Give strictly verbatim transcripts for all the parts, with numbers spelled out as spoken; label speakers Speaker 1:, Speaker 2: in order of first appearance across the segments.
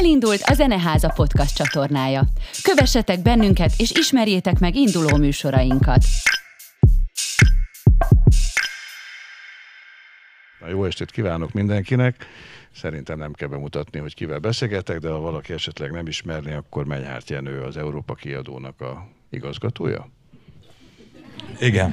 Speaker 1: Elindult a Zeneháza podcast csatornája. Kövessetek bennünket és ismerjétek meg induló műsorainkat.
Speaker 2: Na, jó estét kívánok mindenkinek! Szerintem nem kell bemutatni, hogy kivel beszélgetek, de ha valaki esetleg nem ismerné, akkor Menyhárt Jenő az Európa Kiadónak a igazgatója?
Speaker 3: Igen.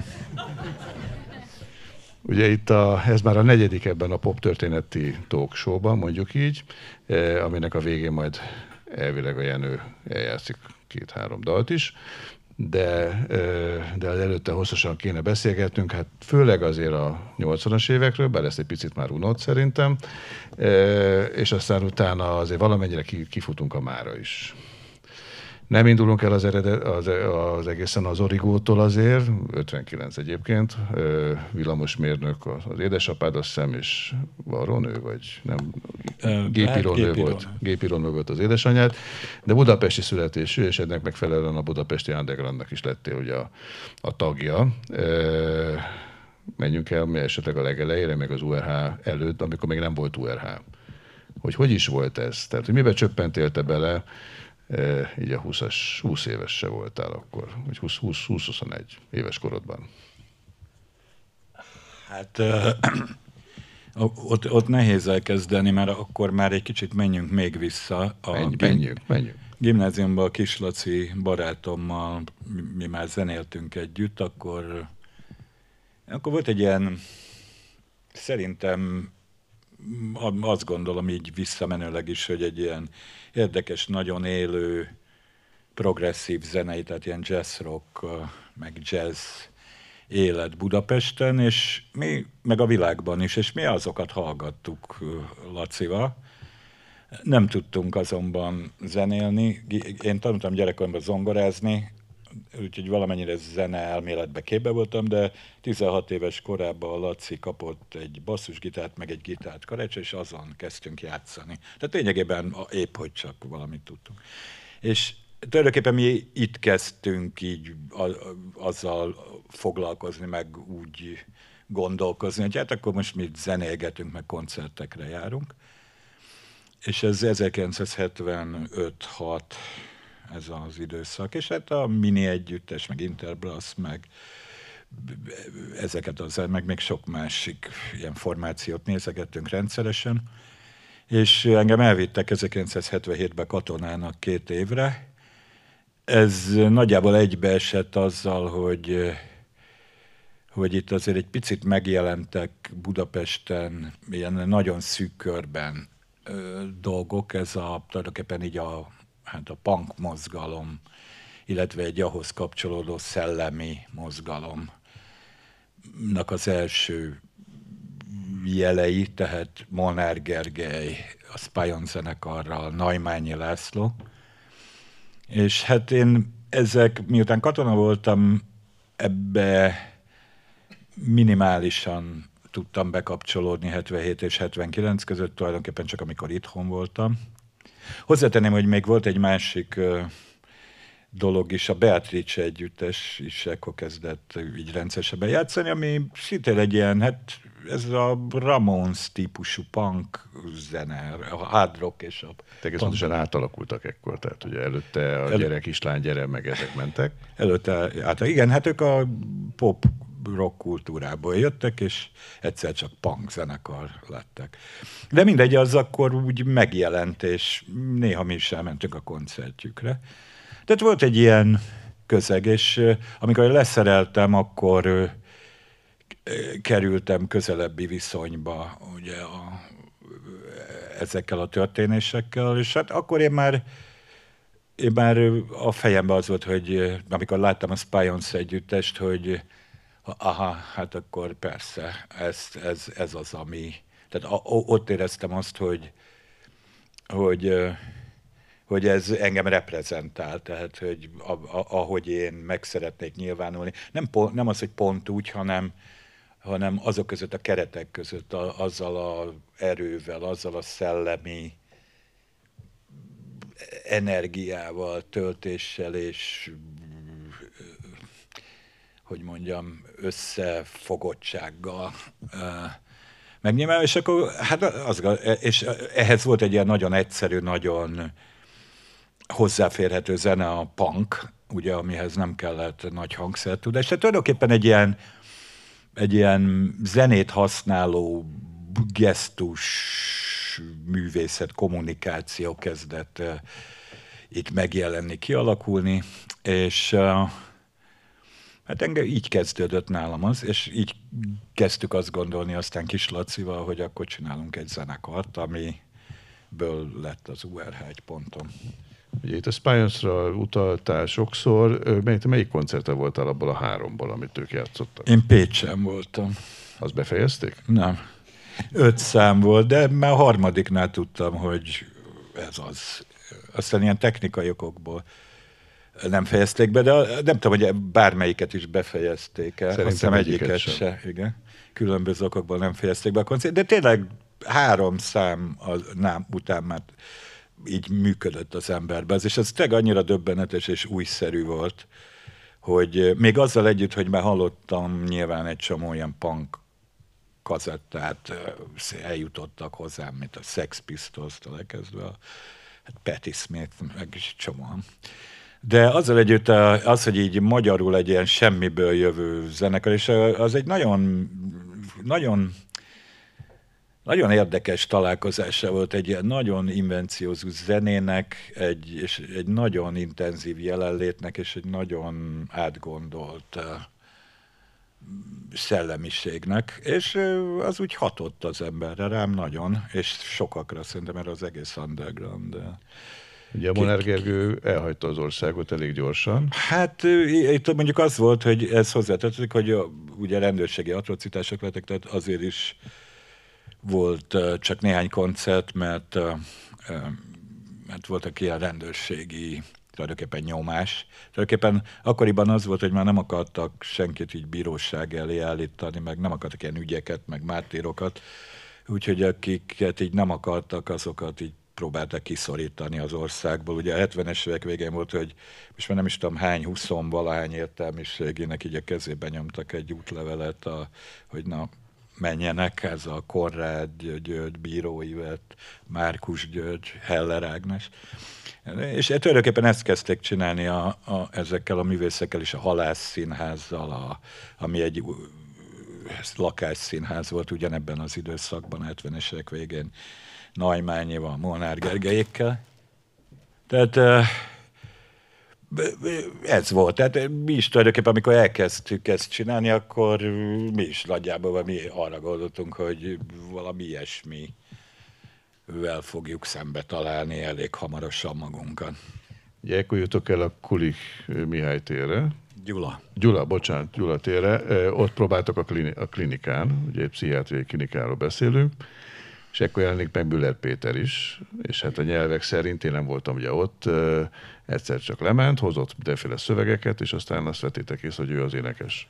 Speaker 2: Ugye itt a, ez már a negyedik ebben a poptörténeti talk showban, mondjuk így, eh, aminek a végén majd elvileg a Jenő eljátszik két-három dalt is, de, eh, de az előtte hosszasan kéne beszélgetnünk, hát főleg azért a nyolcvanas évekről, bár ezt egy picit már unott szerintem, eh, és aztán utána azért valamennyire kifutunk a mára is. Nem indulunk el az, eredet, az, az egészen az Origótól azért, ötvenkilenc egyébként, villamosmérnök az édesapád, azt hiszem, és varrónő, vagy nem, gépírónő volt, gépírónő volt az édesanyád, de budapesti születésű, és ennek megfelelően a budapesti undergroundnak is lettél ugye a, a tagja. Menjünk el mi esetleg a legelejére, meg az u er há előtt, amikor még nem volt u er há. Hogy hogy is volt ez? Tehát, hogy miben csöppentél te bele, E, így a húszas, húsz éves se voltál akkor, vagy húsz-huszonegy éves korodban.
Speaker 3: Hát uh, ott, ott nehéz elkezdeni, mert akkor már egy kicsit menjünk még vissza. A
Speaker 2: Menj, menjünk, menjünk.
Speaker 3: Gimnáziumban a Kislaci barátommal mi már zenéltünk együtt, akkor, akkor volt egy ilyen, szerintem azt gondolom így visszamenőleg is, hogy egy ilyen érdekes, nagyon élő, progresszív zenei, tehát ilyen jazz rock, meg jazz élet Budapesten, és mi, meg a világban is, és mi azokat hallgattuk Lacival. Nem tudtunk azonban zenélni. Én tanultam gyerekkoromban zongorázni, úgyhogy valamennyire zene elméletbe képbe voltam, de tizenhat éves korában a Laci kapott egy basszusgitárt, meg egy gitárt karácsony, és azon kezdtünk játszani. Tehát lényegében épp, hogy csak valamit tudtunk. És tulajdonképpen mi itt kezdtünk így a, azzal foglalkozni, meg úgy gondolkozni, hogy hát akkor most mi zenélgetünk, meg koncertekre járunk. És ez ezerkilencszázhetvenöt hat ez az időszak, és hát a Mini Együttes, meg Interbrass, meg ezeket az, meg még sok másik ilyen formációt nézegettünk rendszeresen, és engem elvittek ezerkilencszázhetvenhétben katonának két évre. Ez nagyjából egybeesett azzal, hogy, hogy itt azért egy picit megjelentek Budapesten ilyen nagyon szűk körben dolgok, ez a tulajdonképpen így a hát a punk mozgalom, illetve egy ahhoz kapcsolódó szellemi mozgalomnak az első jelei, tehát Molnár Gergely, a Spion zenekarral, Naimányi László. És hát én ezek, miután katona voltam, ebbe minimálisan tudtam bekapcsolódni hetvenhét és hetvenkilenc között, tulajdonképpen csak amikor itthon voltam. Hozzátenném, hogy még volt egy másik uh, dolog is, a Beatrice Együttes is ekkor kezdett így rendszeresebben játszani, ami szintén egy ilyen, hát ez a Ramones típusú punk zene, a hard rock és a...
Speaker 2: Egész pontosan átalakultak ekkor, tehát ugye előtte a gyere, kislány, gyere, meg ezek mentek.
Speaker 3: Előtte, hát igen, hát ők a pop rock kultúrából jöttek, és egyszer csak punk zenekar lettek. De mindegy, az akkor úgy megjelent, és néha mi is elmentünk a koncertjükre. Tehát volt egy ilyen közeg, és amikor leszereltem, akkor kerültem közelebbi viszonyba ugye a, ezekkel a történésekkel, és hát akkor én már én már a fejemben az volt, hogy amikor láttam a Spions együttest, hogy aha, hát akkor persze, ez, ez, ez az, ami... Tehát a, ott éreztem azt, hogy, hogy, hogy ez engem reprezentál, tehát hogy a, a, ahogy én meg szeretnék nyilvánulni. Nem, pont, nem az, hogy pont úgy, hanem, hanem azok között, a keretek között, a, azzal az erővel, azzal a szellemi energiával, töltéssel és hogy mondjam, összefogottsággal. megnyilván, és akkor hát az, és ehhez volt egy ilyen nagyon egyszerű, nagyon hozzáférhető zene, a punk, ugye, amihez nem kellett nagy hangszertudás. Tehát tulajdonképpen egy ilyen, egy ilyen zenét használó gesztus művészet, kommunikáció kezdett uh, itt megjelenni, kialakulni, és uh, hát engem így kezdődött nálam az, és így kezdtük azt gondolni aztán Kis Lacival, hogy akkor csinálunk egy zenekart, amiből lett az u er há egy ponton.
Speaker 2: Ugye itt a Spionsra utaltál sokszor, melyik, melyik koncerte voltál abból a háromból, amit ők játszottak?
Speaker 3: Én Pécsen voltam.
Speaker 2: Azt befejezték?
Speaker 3: Nem. Öt szám volt, de már a harmadiknál tudtam, hogy ez az. Aztán ilyen technikai okokból nem fejezték be, de nem tudom, hogy bármelyiket is befejezték el.
Speaker 2: Szerintem egyiket, egyiket
Speaker 3: se. Igen. Különböző okokból nem fejezték be a koncert, de tényleg három szám az, nem, után már így működött az emberben. És ez tényleg annyira döbbenetes és újszerű volt, hogy még azzal együtt, hogy már hallottam nyilván egy csomó ilyen punk kazettát, eljutottak hozzám, mint a Sex Pistols-tól elkezdve a hát Patti Smith, meg is csomóan. De azzal együtt az, hogy így magyarul egy ilyen semmiből jövő zenekar, és az egy nagyon, nagyon, nagyon érdekes találkozása volt egy ilyen nagyon invenciózus zenének, egy, és egy nagyon intenzív jelenlétnek, és egy nagyon átgondolt szellemiségnek, és az úgy hatott az emberre, rám nagyon, és sokakra szerintem, mert az egész underground.
Speaker 2: Ugye a Molnár Gergő elhagyta az országot elég gyorsan.
Speaker 3: Hát itt mondjuk az volt, hogy ez hozzátartozik, hogy a, ugye rendőrségi atrocitások lettek, tehát azért is volt csak néhány koncert, mert, mert voltak ilyen rendőrségi tulajdonképpen nyomás. Tulajdonképpen akkoriban az volt, hogy már nem akartak senkit így bíróság elé állítani, meg nem akartak ilyen ügyeket, meg mártírokat, úgyhogy akiket így nem akartak, azokat így próbáltak kiszorítani az országból. Ugye a hetvenes évek végén volt, hogy most már nem is tudom hány, huszon valahány értelmiségének így a kezébe nyomtak egy útlevelet, a, hogy na, menjenek, ez a Konrád György, Bíró Ivett, Márkus György, Heller Ágnes. És tulajdonképpen ezt kezdték csinálni a, a, ezekkel a művészekkel is, a Halász Színházzal, a, ami egy lakásszínház volt ugyanebben az időszakban, a hetvenes évek végén, Naimányival, Molnár Gergelyékkel. Tehát ez volt. Tehát mi is tulajdonképpen, amikor elkezdtük ezt csinálni, akkor mi is nagyjából mi arra gondoltunk, hogy valami ilyesmi vel fogjuk szembe találni elég hamarosan magunkat.
Speaker 2: Ugye ekkor jutok el a Kulik Mihály térre.
Speaker 3: Gyula.
Speaker 2: Gyula, bocsánat, Gyula térre. Ott próbáltak a, klini- a klinikán, ugye egy pszichiátriai klinikáról beszélünk, és ekkor jelenik meg Müller Péter is, és hát a nyelvek szerint én nem voltam ugye ott, egyszer csak lement, hozott mindenféle szövegeket, és aztán azt vettétek észre, hogy ő az énekes.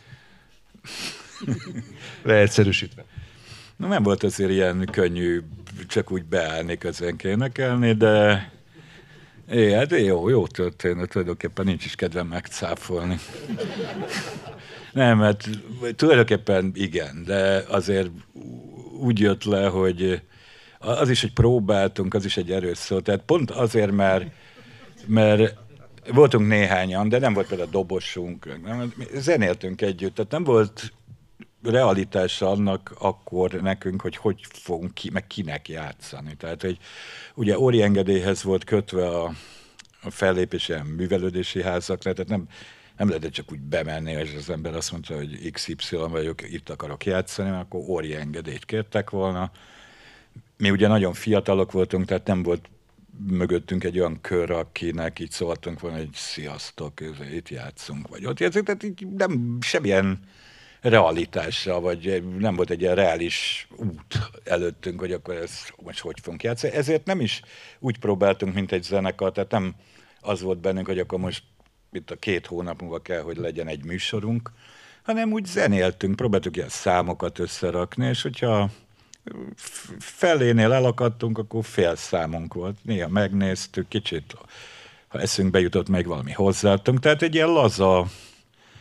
Speaker 2: Leegyszerűsítve.
Speaker 3: Na, nem volt azért ilyen könnyű csak úgy beállni közénk énekelni, de é, hát jó, jó történet, tulajdonképpen nincs is kedvem megcáfolni. Nem, mert tulajdonképpen igen, de azért úgy jött le, hogy az is, hogy próbáltunk, az is egy erős szó. Tehát pont azért, mert, mert voltunk néhányan, de nem volt például dobosunk, nem, zenéltünk együtt, tehát nem volt realitása annak akkor nekünk, hogy hogy fogunk ki, meg kinek játszani. Tehát, hogy ugye Óri engedélyhez volt kötve a, a fellépés ilyen művelődési házak, tehát nem, nem lehetett csak úgy bemenni, és az ember azt mondta, hogy iksz ipszilon vagyok, itt akarok játszani, mert akkor Óri engedélyt kértek volna. Mi ugye nagyon fiatalok voltunk, tehát nem volt mögöttünk egy olyan kör, akinek így szóltunk volna, hogy sziasztok, itt játszunk, vagy ott játszunk, tehát így nem semmilyen realitásra, vagy nem volt egy ilyen reális út előttünk, hogy akkor ezt most hogy fogunk játszani. Ezért nem is úgy próbáltunk, mint egy zenekar, tehát nem az volt bennünk, hogy akkor most itt a két hónap múlva kell, hogy legyen egy műsorunk, hanem úgy zenéltünk, próbáltuk ilyen számokat összerakni, és hogyha felénél elakadtunk, akkor fél számunk volt. Néha megnéztük, kicsit, ha eszünkbe jutott, meg valami hozzáadtunk. Tehát egy ilyen laza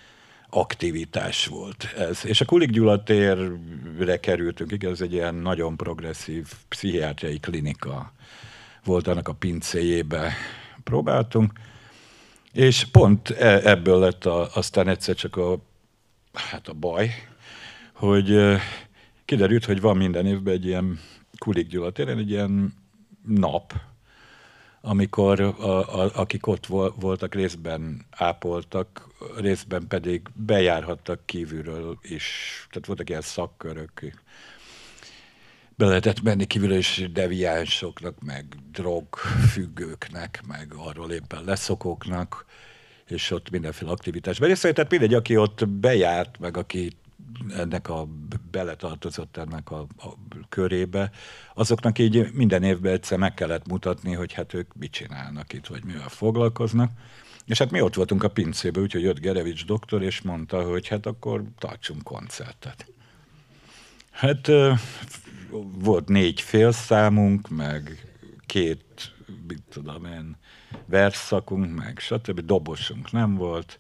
Speaker 3: aktivitás volt ez. És a Kulik Gyula térre kerültünk, igaz, ez egy ilyen nagyon progresszív pszichiátriai klinika volt, annak a pincéjébe próbáltunk, és pont ebből lett a, aztán egyszer csak a, hát a baj, hogy kiderült, hogy van minden évben egy ilyen Kulik Gyula téren, egy ilyen nap, amikor a, a, akik ott voltak, részben ápoltak, részben pedig bejárhattak kívülről is. Tehát voltak ilyen szakkörök. Be lehetett menni kívülről is deviánsoknak, meg drogfüggőknek, meg arról éppen leszokóknak, és ott mindenféle aktivitásban. És tehát mindegy, aki ott bejárt, meg aki ennek a beletartozott ennek a, a körébe, azoknak így minden évben egyszer meg kellett mutatni, hogy hát ők mit csinálnak itt, vagy mivel foglalkoznak. És hát mi ott voltunk a pincében, úgyhogy jött Gerevics doktor, és mondta, hogy hát akkor tartsunk koncertet. Hát volt négy félszámunk, meg két, mit tudom én, versszakunk, meg stb. Dobosunk nem volt.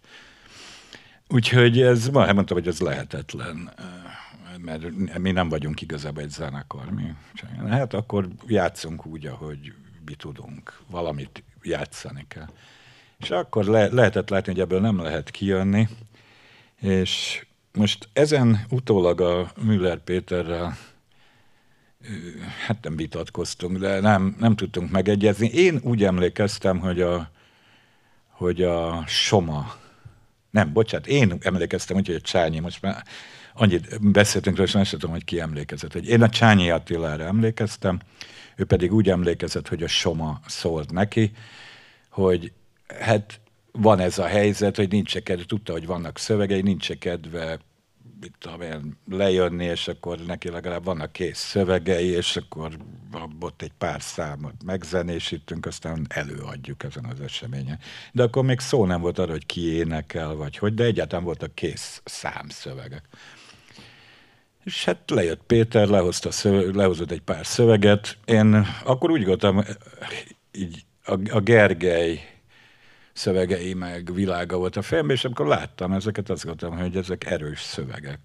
Speaker 3: Úgyhogy ez, már mondtam, hogy ez lehetetlen, mert mi nem vagyunk igazából egy zenekar. Mi. Hát akkor játszunk úgy, ahogy mi tudunk. Valamit játszani kell. És akkor le, lehetett látni, hogy ebből nem lehet kijönni. És most ezen utólag a Müller Péterrel hát nem vitatkoztunk, de nem, nem tudtunk megegyezni. Én úgy emlékeztem, hogy a, hogy a Soma, nem, bocsánat, én emlékeztem úgy, hogy a Csányi, most már annyit beszéltünk róla, és nem tudom, hogy ki emlékezett. Hogy én a Csányi Attilára emlékeztem, ő pedig úgy emlékezett, hogy a Soma szólt neki, hogy hát van ez a helyzet, hogy nincs kedve, tudta, hogy vannak szövegei, nincs kedve mit tudom én, lejönni, és akkor neki legalább vannak kész szövegei, és akkor ott egy pár számot megzenésítünk, aztán előadjuk ezen az eseményen. De akkor még szó nem volt arra, hogy ki énekel, vagy hogy, de egyáltalán voltak kész számszövegek. És hát lejött Péter, lehozta szöveg, lehozott egy pár szöveget. Én akkor úgy gondoltam, így a, a Gergely szövegei meg világa volt a fejemben, és amikor láttam ezeket, azt gondoltam, hogy ezek erős szövegek.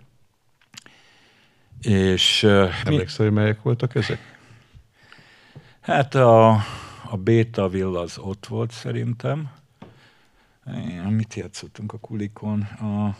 Speaker 3: És...
Speaker 2: Emlékszel, hogy melyek voltak ezek?
Speaker 3: Hát a, a Bétaville az ott volt szerintem. Mit játszottunk a Kulikon? A...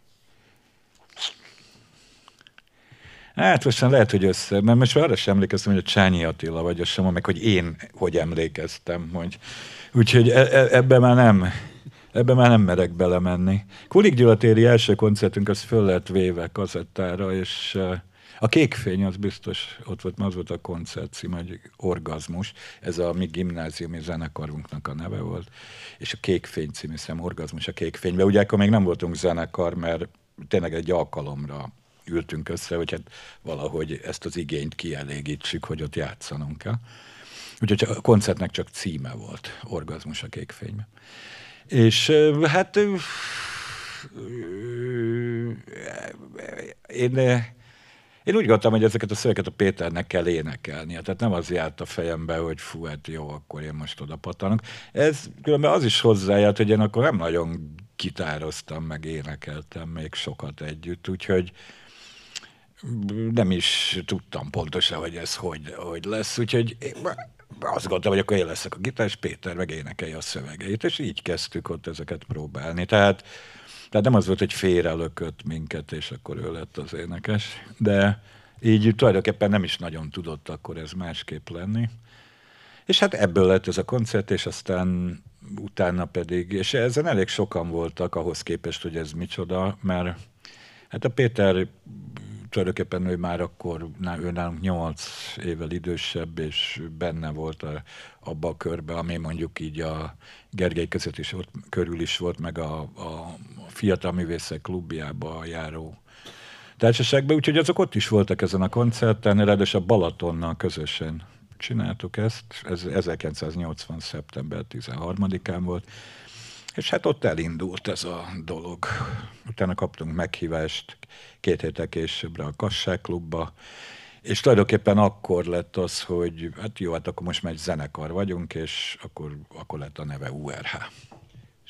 Speaker 3: Hát most lehet, hogy össze, mert most arra sem emlékeztem, hogy a Csányi Attila vagy a Soma, meg hogy én hogy emlékeztem, hogy... Úgyhogy ebben már nem, ebben már nem merek belemenni. Kulik Gyula téri első koncertünk az föl lett véve kazettára, és a Kékfény az biztos ott volt, mert az volt a koncert cím, hogy Orgazmus. Ez a mi gimnáziumi zenekarunknak a neve volt. És a Kékfény című szem, Orgazmus a Kékfényben. Ugye akkor még nem voltunk zenekar, mert tényleg egy alkalomra ültünk össze, hogy hát valahogy ezt az igényt kielégítsük, hogy ott játszanunk kell. Úgyhogy a koncertnek csak címe volt, Orgazmus a Kékfényben. És hát én, én úgy gondoltam, hogy ezeket a szövegeket a Péternek kell énekelnie. Tehát nem az járt a fejembe, hogy fú, hát jó, akkor én most oda patanok. Ez különben az is hozzájárt, hogy én akkor nem nagyon gitároztam, meg énekeltem még sokat együtt, úgyhogy nem is tudtam pontosan, hogy ez hogy, hogy lesz. Úgyhogy azt gondoltam, hogy akkor én leszek a gitár, és Péter meg énekelje a szövegeit, és így kezdtük ott ezeket próbálni. Tehát, tehát nem az volt, hogy félrelökött minket, és akkor ő lett az énekes, de így tulajdonképpen nem is nagyon tudott akkor ez másképp lenni. És hát ebből lett ez a koncert, és aztán utána pedig, és ezen elég sokan voltak ahhoz képest, hogy ez micsoda, mert hát a Péter tulajdonképpen ő már akkor, ő nálunk nyolc évvel idősebb, és benne volt a, abba a körbe, ami mondjuk így a Gergely között is ott, körül is volt, meg a, a Fiatal Művészek Klubjába járó társaságban, úgyhogy azok ott is voltak ezen a koncerten, ráadásul a Balatonnal közösen csináltuk ezt, ez ezerkilencszáznyolcvan. szeptember tizenharmadikán volt, és hát ott elindult ez a dolog. Utána kaptunk meghívást két héttel későbbre a Kassák Klubba, és tulajdonképpen akkor lett az, hogy hát jó, hát akkor most már egy zenekar vagyunk, és akkor, akkor lett a neve u er há.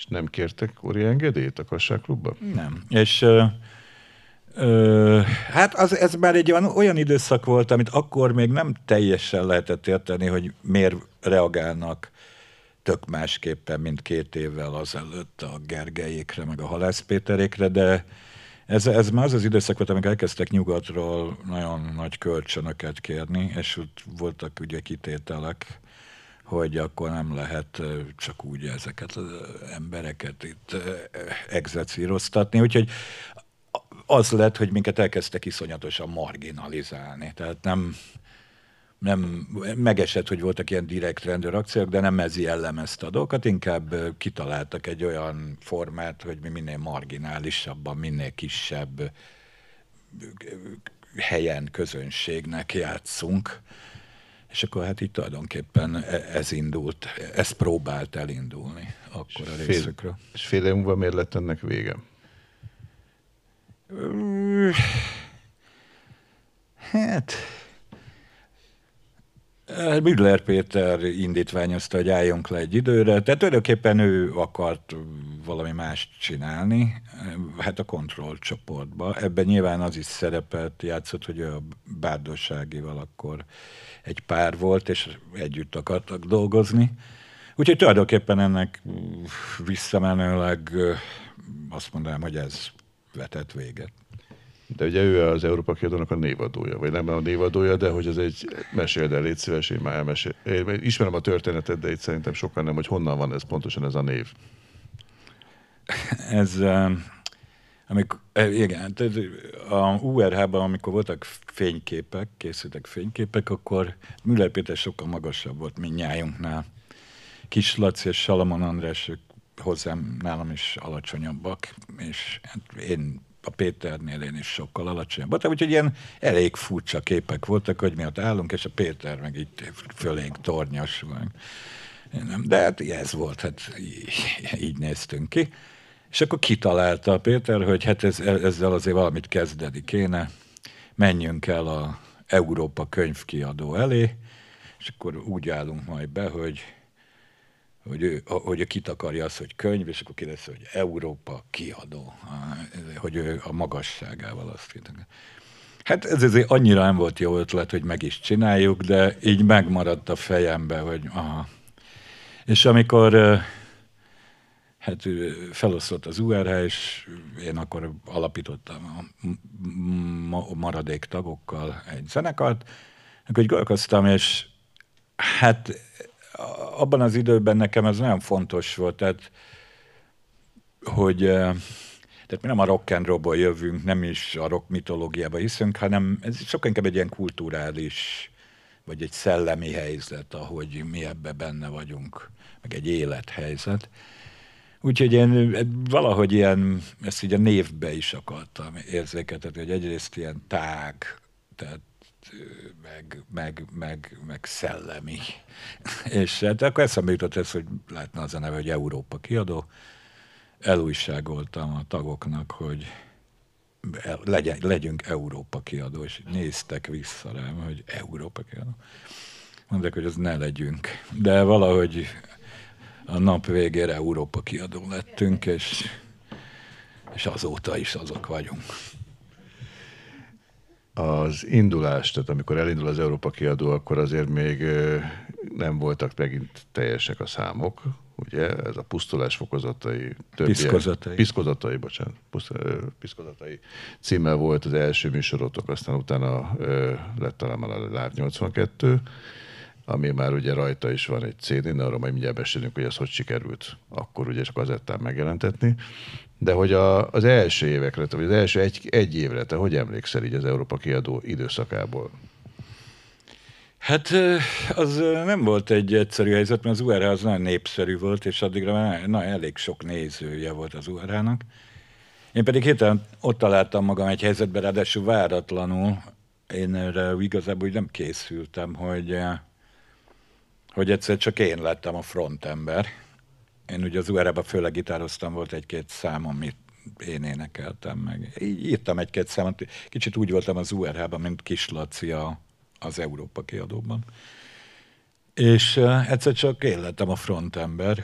Speaker 2: És nem kértek Ori engedélyt a Kasság-klubba?
Speaker 3: Nem. És ö, ö, hát az, ez már egy olyan, olyan időszak volt, amit akkor még nem teljesen lehetett érteni, hogy miért reagálnak tök másképpen, mint két évvel azelőtt a Gergelyékre, meg a Halász Péterékre, de ez, ez már az az időszak volt, amikor elkezdtek nyugatról nagyon nagy kölcsönöket kérni, és ott voltak ugye kitételek, hogy akkor nem lehet csak úgy ezeket az embereket itt execíroztatni. Úgyhogy az lett, hogy minket elkezdtek iszonyatosan marginalizálni. Tehát nem, nem megesett, hogy voltak ilyen direkt rendőrakciók, de nem ez jellemezte a dolgokat, inkább kitaláltak egy olyan formát, hogy mi minél marginálisabban, minél kisebb helyen, közönségnek játszunk. És akkor hát így tulajdonképpen ez indult, ez próbált elindulni akkor a részükről.
Speaker 2: És fél év múlva miért lett ennek vége?
Speaker 3: Hát... Müller Péter indítványozta, hogy álljunk le egy időre, tehát tulajdonképpen ő akart valami mást csinálni, hát a kontrollcsoportba. Ebben nyilván az is szerepet játszott, hogy a Bárdosságival akkor egy pár volt, és együtt akartak dolgozni. Úgyhogy tulajdonképpen ennek visszamenőleg azt mondanám, hogy ez vetett véget.
Speaker 2: De ugye ő az Európa Kiadónak a névadója, vagy nem a névadója, de hogy ez egy meséld el, légy szíves, én már elmesél. Én ismerem a történetet, de itt szerintem sokan nem, hogy honnan van ez pontosan ez a név.
Speaker 3: Ez, amikor, igen, a u er há-ban, amikor voltak fényképek, készültek fényképek, akkor Müller Péter sokkal magasabb volt mindnyájunknál. Kis Laci és Salamon András, ők hozzám, nálam is alacsonyabbak, és hát én a Péternél én is sokkal alacsonyabb. Úgyhogy ilyen elég furcsa képek voltak, hogy mi ott állunk, és a Péter meg itt fölénk tornyos. De hát ez volt, hát így, így néztünk ki. És akkor kitalálta a Péter, hogy hát ez, ezzel azért valamit kezdeni kéne, menjünk el a Európa könyvkiadó elé, és akkor úgy állunk majd be, hogy hogy ő, hogy ő kitakarja azt, hogy könyv, és akkor kérdez, hogy Európa kiadó, hogy ő a magasságával azt kitakarja. Hát ez azért annyira nem volt jó ötlet, hogy meg is csináljuk, de így megmaradt a fejembe, hogy aha. És amikor hát felosztott az u er há, és én akkor alapítottam a maradék tagokkal egy zenekart, akkor így gondolkoztam, és hát abban az időben nekem ez nagyon fontos volt, tehát, hogy tehát mi nem a rock and rollból jövünk, nem is a rock mitológiába hiszünk, hanem ez sokkal inkább egy ilyen kulturális, vagy egy szellemi helyzet, ahogy mi ebbe benne vagyunk, meg egy élethelyzet. Úgyhogy én valahogy ilyen, ezt így a névbe is akartam érzékeltetni, hogy egyrészt ilyen tág, tehát meg, meg, meg, meg szellemi. És hát akkor eszembe jutott ez, hogy lehetne az a neve, hogy Európa Kiadó. Elújságoltam a tagoknak, hogy legyen, legyünk Európa Kiadó, és néztek vissza rám, hogy Európa Kiadó. Mondták, hogy az ne legyünk. De valahogy a nap végére Európa Kiadó lettünk, és, és azóta is azok vagyunk.
Speaker 2: Az indulás, tehát amikor elindul az Európa Kiadó, akkor azért még nem voltak megint teljesek a számok, ugye? Ez a pusztulás fokozatai,
Speaker 3: piszkozatai.
Speaker 2: Piszkozatai, bocsánat, piszkozatai címmel volt az első műsorotok, aztán utána lett talán a Live nyolcvankettő, ami már ugye rajta is van egy cé dén, de arra majd mindjárt beszélünk, hogy ez hogy sikerült akkor ugye csak kazettán megjelentetni. De hogy a, az első évekre, vagy az első egy, egy évre, te hogy emlékszel így az Európa Kiadó időszakából?
Speaker 3: Hát az nem volt egy egyszerű helyzet, mert az u er há az nagyon népszerű volt, és addigra már na, elég sok nézője volt az u er há-nak. Én pedig hirtelen ott találtam magam egy helyzetben, ráadásul váratlanul. Én erre igazából úgy nem készültem, hogy, hogy egyszer csak én lettem a frontember. Én ugye az u er há-ban főleg gitároztam, volt egy-két szám, amit én énekeltem meg. Így írtam egy-két számot. Kicsit úgy voltam az u er há-ban, mint Kis Laci a, az Európa Kiadóban. És uh, egyszer csak én lettem a frontember,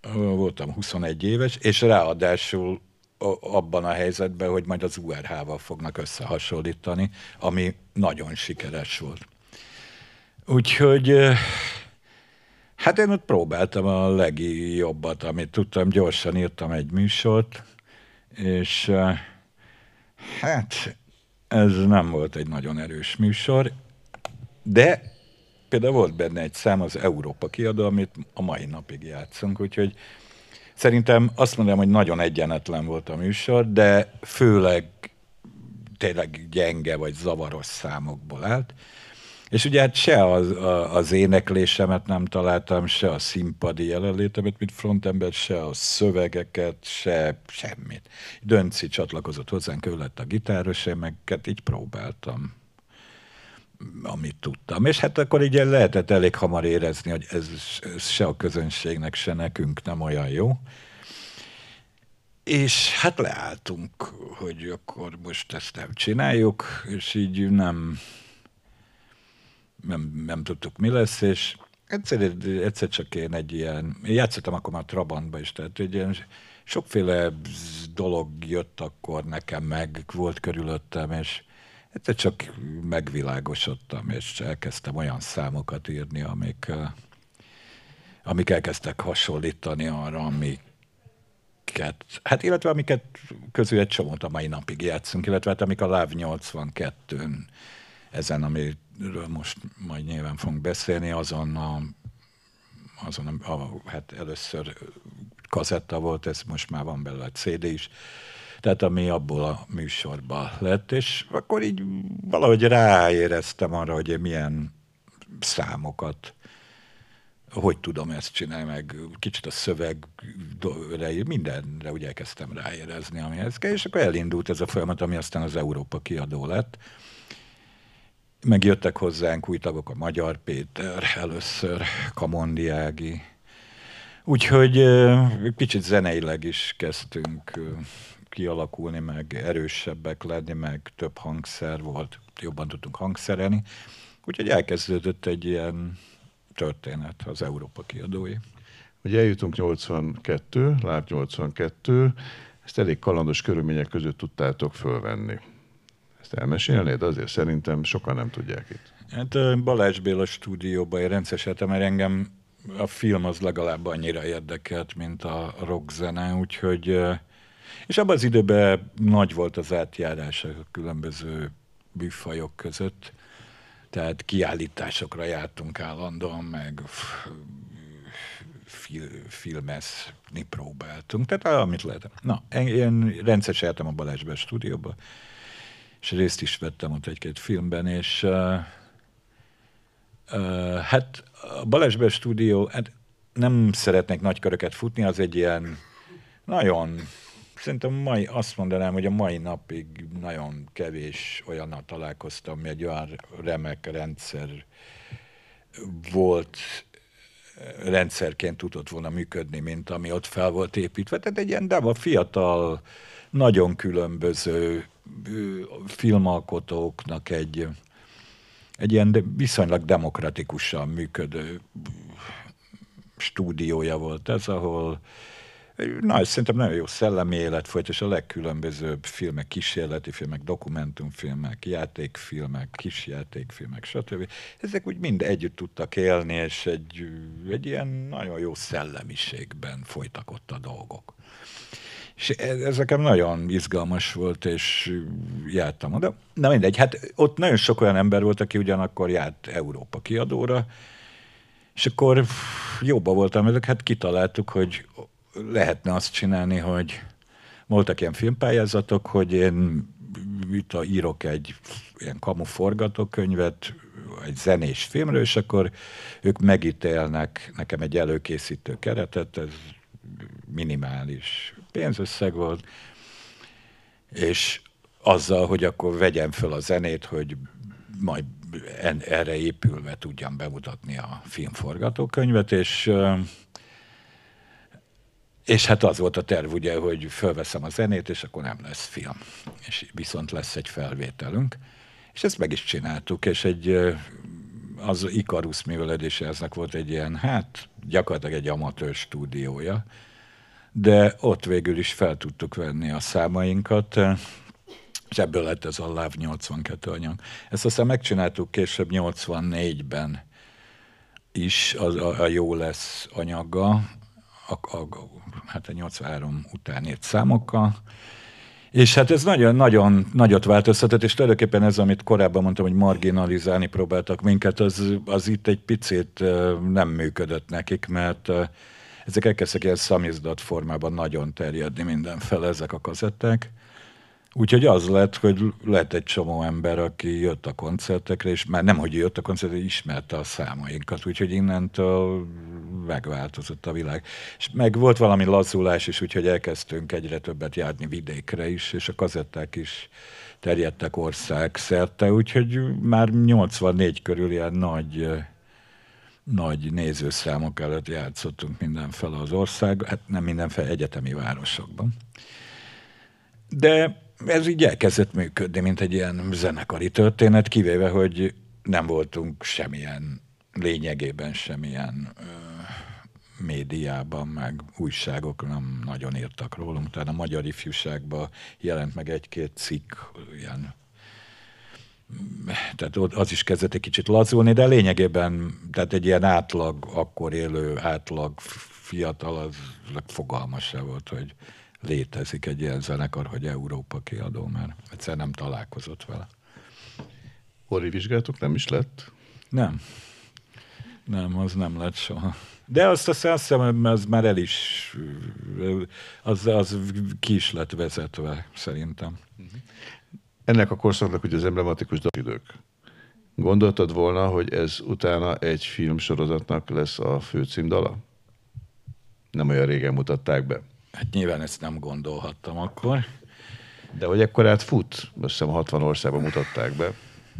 Speaker 3: voltam huszonegy éves, és ráadásul abban a helyzetben, hogy majd az u er há-val fognak összehasonlítani, ami nagyon sikeres volt. Úgyhogy hát én ott próbáltam a legjobbat, amit tudtam, gyorsan írtam egy műsort, és hát ez nem volt egy nagyon erős műsor, de például volt benne egy szám, az Európa kiadó, amit a mai napig játszunk, úgyhogy szerintem azt mondom, hogy nagyon egyenetlen volt a műsor, de főleg tényleg gyenge vagy zavaros számokból állt. És ugye hát se az, az éneklésemet nem találtam, se a színpadi jelenlétemet, mint frontember, se a szövegeket, se semmit. Dönci csatlakozott hozzánk, ő lett a gitáros, én meg hát így próbáltam, amit tudtam. És hát akkor így lehetett elég hamar érezni, hogy ez, ez se a közönségnek, se nekünk nem olyan jó. És hát leálltunk, hogy akkor most ezt nem csináljuk, és így nem... Nem, nem tudtuk, mi lesz, és egyszer, egyszer csak én egy ilyen, én játszottam akkor már Trabantba is, tehát egy ilyen sokféle dolog jött akkor nekem meg, volt körülöttem, és egyszer csak megvilágosodtam, és elkezdtem olyan számokat írni, amik, amik elkezdtek hasonlítani arra, amiket, hát illetve amiket közül egy csomót a mai napig játszunk, illetve hát amik a Láv nyolcvankettőn, ezen, amiről most majd nyilván fogunk beszélni, azon a, azon a, a hát először kazetta volt, ez most már van belőle cé dé is, tehát ami abból a műsorban lett, és akkor így valahogy ráéreztem arra, hogy én milyen számokat, hogy tudom ezt csinálni, meg kicsit a szövegre, mindenre úgy elkezdtem ráérezni, amihez kell, és akkor elindult ez a folyamat, ami aztán az Európa kiadó lett. Megjöttek hozzánk új tagok, a Magyar Péter, először Kamondi Ági. Úgyhogy kicsit zeneileg is kezdtünk kialakulni, meg erősebbek lenni, meg több hangszer volt, jobban tudtunk hangszerelni. Úgyhogy elkezdődött egy ilyen történet az Európa kiadói.
Speaker 2: Ugye eljutunk nyolcvankettő, Láv nyolcvankettő, ezt elég kalandos körülmények között tudtátok fölvenni. Ezt elmesélnéd? Azért szerintem sokan nem tudják itt.
Speaker 3: Hát Balázs Béla stúdióban én rendszeresen, mert engem a film az legalább annyira érdekelt, mint a rockzene, úgyhogy és abban az időben nagy volt az átjárás a különböző műfajok között, tehát kiállításokra jártunk állandóan, meg fil- filmezni próbáltunk, tehát amit lehet. Na, én rendszeresen jártam a Balázs Béla stúdióba, és részt is vettem ott egy-két filmben, és uh, uh, hát a Balázs Béla stúdió, hát nem szeretnék nagy köröket futni, az egy ilyen nagyon, szerintem mai, azt mondanám, hogy a mai napig nagyon kevés olyannal találkoztam, ami egy olyan remek rendszer volt, rendszerként tudott volna működni, mint ami ott fel volt építve. Tehát egy ilyen, de a fiatal, nagyon különböző filmalkotóknak egy, egy ilyen viszonylag demokratikusan működő stúdiója volt ez, ahol na, szerintem nagyon jó szellemi élet folyt, és a legkülönbözőbb filmek, kísérleti filmek, dokumentumfilmek, játékfilmek, kisjátékfilmek, stb. Ezek úgy mind együtt tudtak élni, és egy, egy ilyen nagyon jó szellemiségben folytak ott a dolgok. És ez nekem nagyon izgalmas volt, és jártam oda. Na mindegy, hát ott nagyon sok olyan ember volt, aki ugyanakkor járt Európa kiadóra, és akkor jóba voltam, ezek, hát kitaláltuk, hogy lehetne azt csinálni, hogy voltak ilyen filmpályázatok, hogy én itt írok egy ilyen kamu forgatókönyvet, egy zenés filmről, és akkor ők megítélnek nekem egy előkészítő keretet, ez minimális pénzösszeg volt, és azzal, hogy akkor vegyem föl a zenét, hogy majd erre épülve tudjam bemutatni a filmforgatókönyvet, és és hát az volt a terv, ugye, hogy fölveszem a zenét, és akkor nem lesz film. És viszont lesz egy felvételünk. És ezt meg is csináltuk, és egy az Ikarus művelődéseznek volt egy ilyen, hát gyakorlatilag egy amatőr stúdiója, de ott végül is fel tudtuk venni a számainkat, és ebből lett ez a Láv nyolcvankettő anyag. Ezt aztán megcsináltuk később nyolcvannégyben is, az a, a Jó lesz anyaga, a, a, hát a nyolcvanhárom után írt számokkal, és hát ez nagyon, nagyon nagyot változtatott, és tulajdonképpen ez, amit korábban mondtam, hogy marginalizálni próbáltak minket, az, az itt egy picit nem működött nekik, mert ezek elkezdtek ilyen szamizdat formában nagyon terjedni mindenfele, ezek a kazettek. Úgyhogy az lett, hogy lett egy csomó ember, aki jött a koncertekre, és már nem, hogy jött a koncertekre, ismerte a számainkat, úgyhogy innentől megváltozott a világ. És meg volt valami lazulás is, úgyhogy elkezdtünk egyre többet járni vidékre is, és a kazetták is terjedtek országszerte, úgyhogy már nyolcvannégy körül ilyen nagy, nagy nézőszámok előtt játszottunk mindenfele az ország, hát nem mindenfele, egyetemi városokban. De ez így elkezdett működni, mint egy ilyen zenekari történet, kivéve, hogy nem voltunk semmilyen, lényegében semmilyen ö, médiában, meg újságok nem nagyon írtak rólunk. Tehát a magyar ifjúságban jelent meg egy-két cikk, ilyen, tehát az is kezdett egy kicsit lazulni, de lényegében, tehát egy ilyen átlag, akkor élő átlag fiatal, az fogalmas se volt, hogy létezik egy ilyen zenekar, hogy Európa kiadó, mert egyszer nem találkozott vele.
Speaker 2: Orri vizsgálatok nem is lett?
Speaker 3: Nem. Nem, az nem lett soha. De azt azt hiszem, az már el is, az, az ki is lett vezetve, szerintem.
Speaker 2: Ennek a korszaknak ugye az emblematikus idők. Gondoltad volna, hogy ez utána egy filmsorozatnak lesz a főcímdala? Nem olyan régen mutatták be.
Speaker 3: Hát nyilván ezt nem gondolhattam akkor.
Speaker 2: De hogy ekkorát fut? Azt hiszem hatvan országban mutatták be.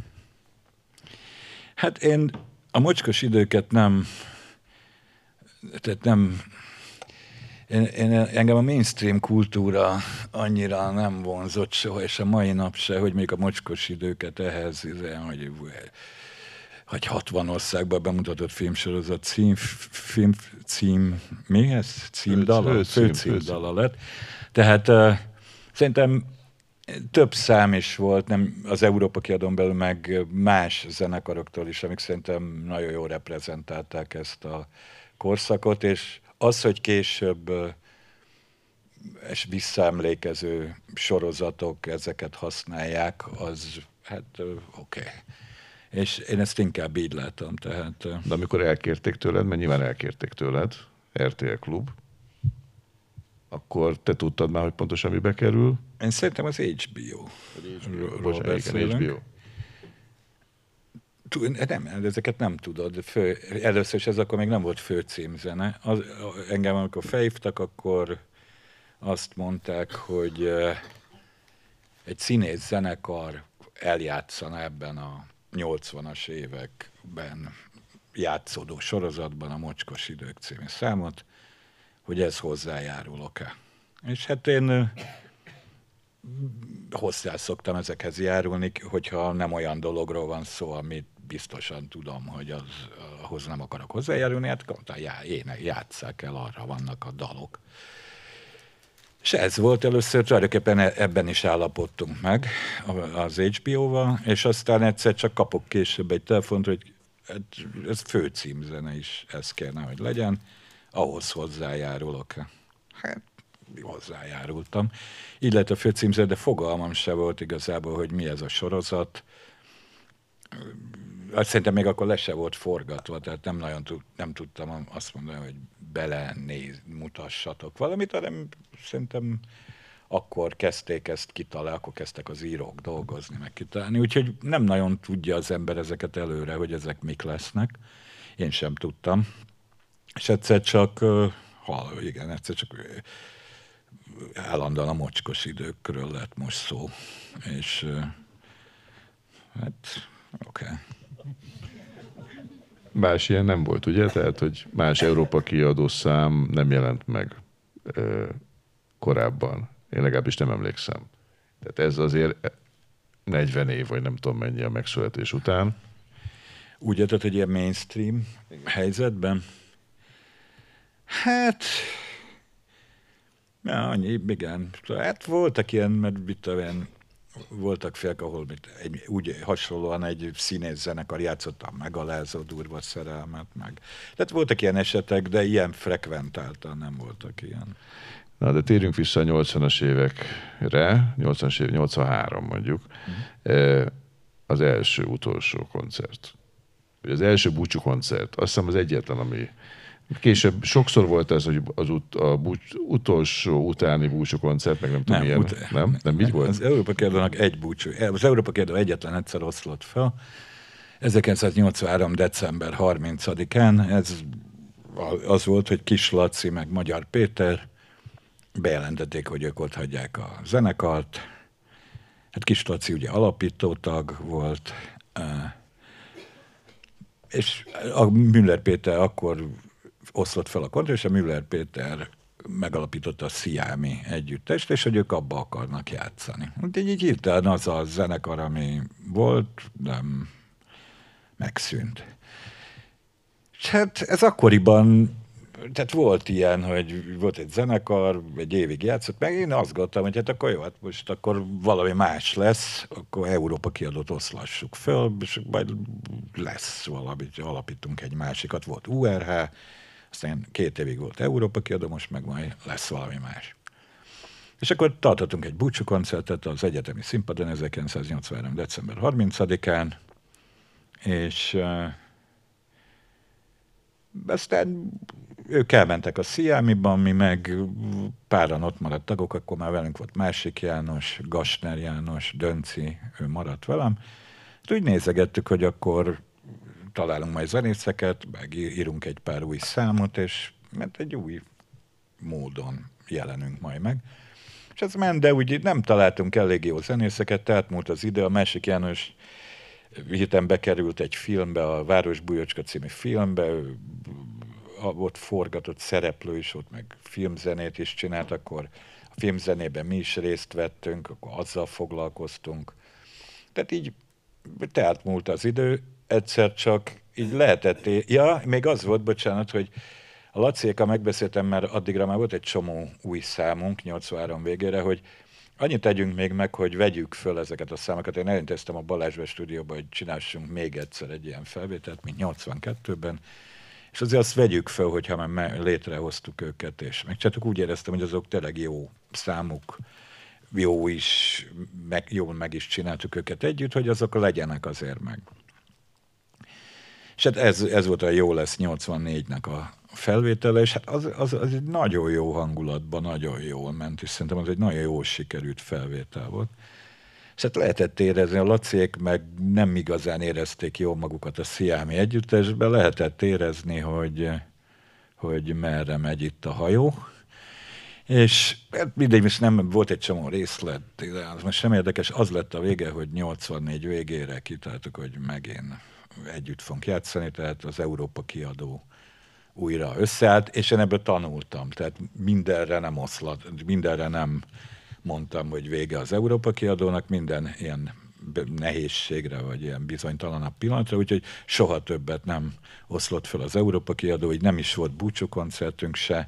Speaker 3: Hát én a mocskos időket nem... Tehát nem... Én, én, engem a mainstream kultúra annyira nem vonzott soha, és a mai nap se, hogy még a mocskos időket ehhez, hogy, hogy hatvan országban bemutatott filmsorozat cím, film, cím, mi ez? Címdala? Főcímdala lett. Tehát uh, szerintem több szám is volt, nem az Európa kiadón belül, meg más zenekaroktól is, amik szerintem nagyon jól reprezentálták ezt a korszakot, és az, hogy később uh, és visszaemlékező sorozatok ezeket használják, az hát uh, oké. Okay. És én ezt inkább így látom, tehát... Uh...
Speaker 2: De amikor elkérték tőled, mert nyilván elkérték tőled, er té el Klub, akkor te tudtad már, hogy pontosan mibe kerül?
Speaker 3: Én szerintem az há bé o.
Speaker 2: Bocsánat, igen, há bé o.
Speaker 3: Nem, ezeket nem tudod. Fő, először is ez akkor még nem volt főcímzene. Az, engem amikor felhívtak, akkor azt mondták, hogy egy színész zenekar eljátszana ebben a nyolcvanas években játszódó sorozatban a Mocskos idők című számot, hogy ez hozzájárulok-e. És hát én hozzá szoktam ezekhez járulni, hogyha nem olyan dologról van szó, amit biztosan tudom, hogy az, ahhoz nem akarok hozzájárulni, hát én játsszák el, arra vannak a dalok. És ez volt először, tulajdonképpen ebben is állapodtunk meg az há bé o-val, és aztán egyszer csak kapok később egy telefont, hogy ez főcímzene is, ez kellene, hogy legyen, ahhoz hozzájárulok. Hát hozzájárultam. Így lett a főcímzene, de fogalmam se volt igazából, hogy mi ez a sorozat. Azt szerintem még akkor le se volt forgatva, tehát nem nagyon tud, nem tudtam azt mondani, hogy belenéz, mutassatok valamit, hanem szerintem akkor kezdték ezt kitalálni, akkor kezdtek az írók dolgozni, meg kitalálni. Úgyhogy nem nagyon tudja az ember ezeket előre, hogy ezek mik lesznek. Én sem tudtam. És egyszer csak, ha igen, egyszer csak állandóan a mocskos időkről lett most szó. És hát oké. Okay.
Speaker 2: Más ilyen nem volt, ugye? Tehát, hogy más Európa kiadó szám nem jelent meg ö, korábban. Én legalábbis nem emlékszem. Tehát ez azért negyven év, vagy nem tudom mennyi a megszületés után.
Speaker 3: Úgy érted, hogy ilyen mainstream helyzetben? Hát... Ja, annyi, igen. Hát voltak ilyen, mert mit olyan, voltak félk, ahol mit, egy, úgy hasonlóan egy színész zenekar játszott a megalázó durva szerelmet, meg. Tehát voltak ilyen esetek, de ilyen frekventáltan nem voltak ilyen.
Speaker 2: Na, de térjünk vissza a nyolcvanas évekre, nyolcvanas év, nyolcvanhárom mondjuk, mm. az első utolsó koncert. Az első búcsú koncert, azt hiszem az egyetlen, ami később sokszor volt ez, hogy az ut- a búcs- utolsó utáni búcsú koncert, meg nem tudom, milyen. Ut- nem? Nem így volt?
Speaker 3: Az Európa Kiadónak egy búcsú. Az Európa Kiadó egyetlen egyszer oszlott fel. ezerkilencszáznyolcvanhárom. december harmincadikán. Ez az volt, hogy Kis Laci meg Magyar Péter bejelentették, hogy ők ott hagyják a zenekart. Hát Kis Laci ugye alapító tag volt, és a Müller Péter akkor oszlott fel a koncert, és a Müller Péter megalapította a Sziámi együttest, és hogy ők abba akarnak játszani. Úgyhogy így hirtelen az a zenekar, ami volt, nem megszűnt. És hát ez akkoriban, tehát volt ilyen, hogy volt egy zenekar, egy évig játszott, meg én azt gondoltam, hogy hát akkor jó, hát most akkor valami más lesz, akkor Európa Kiadót oszlassuk föl, és majd lesz valami, alapítunk egy másikat. Volt u er há, aztán két évig volt Európa Kiadó, most meg majd lesz valami más. És akkor tartottunk egy búcsú koncertet az egyetemi színpadon ezerkilencszáznyolcvanhárom. december harmincadikán, és uh, aztán ők elmentek a Sziámiban, mi meg páran ott maradt tagok, akkor már velünk volt Másik János, Gasner János, Dönci, ő maradt velem. Hát úgy nézegettük, hogy akkor találunk majd zenészeket, meg írunk egy pár új számot, és mert egy új módon jelenünk majd meg. És ez ment, de úgy nem találtunk elég jó zenészeket, tehát múlt az idő, a Másik János hirtelen bekerült egy filmbe, a Városbújócska című filmbe, ő ott forgatott szereplő is, ott meg filmzenét is csinált, akkor a filmzenében mi is részt vettünk, akkor azzal foglalkoztunk. Tehát így tehát múlt az idő, egyszer csak így lehetett, ja, még az volt, bocsánat, hogy a Laciékkal megbeszéltem, mert addigra már volt egy csomó új számunk, nyolcvanhárom végére, hogy annyit tegyünk még meg, hogy vegyük föl ezeket a számokat. Én elintéztem a Balázsbe stúdióba, hogy csináljunk még egyszer egy ilyen felvételt, mint nyolcvankettőben, és azért azt vegyük föl, hogyha már létrehoztuk őket, és megcsináltuk, úgy éreztem, hogy azok tényleg jó számuk, jó is, meg, jól meg is csináltuk őket együtt, hogy azok legyenek azért meg. És hát ez, ez volt a Jó lesz nyolcvannégynek a felvétele, és hát az, az, az egy nagyon jó hangulatban, nagyon jól ment, és szerintem az egy nagyon jól sikerült felvétel volt. És hát lehetett érezni, a Laciék meg nem igazán érezték jól magukat a Sziámi együttesben, lehetett érezni, hogy, hogy merre megy itt a hajó. És hát mindegy, most nem volt egy csomó részlet, de az most sem érdekes, az lett a vége, hogy nyolcvannégy végére kitaláltuk, hogy megint együtt fogunk játszani, tehát az Európa Kiadó újra összeállt, és én ebből tanultam, tehát mindenre nem oszlat, mindenre nem mondtam, hogy vége az Európa Kiadónak, minden ilyen nehézségre, vagy ilyen bizonytalanabb pillanatra, úgyhogy soha többet nem oszlott fel az Európa Kiadó, így nem is volt búcsúkoncertünk se.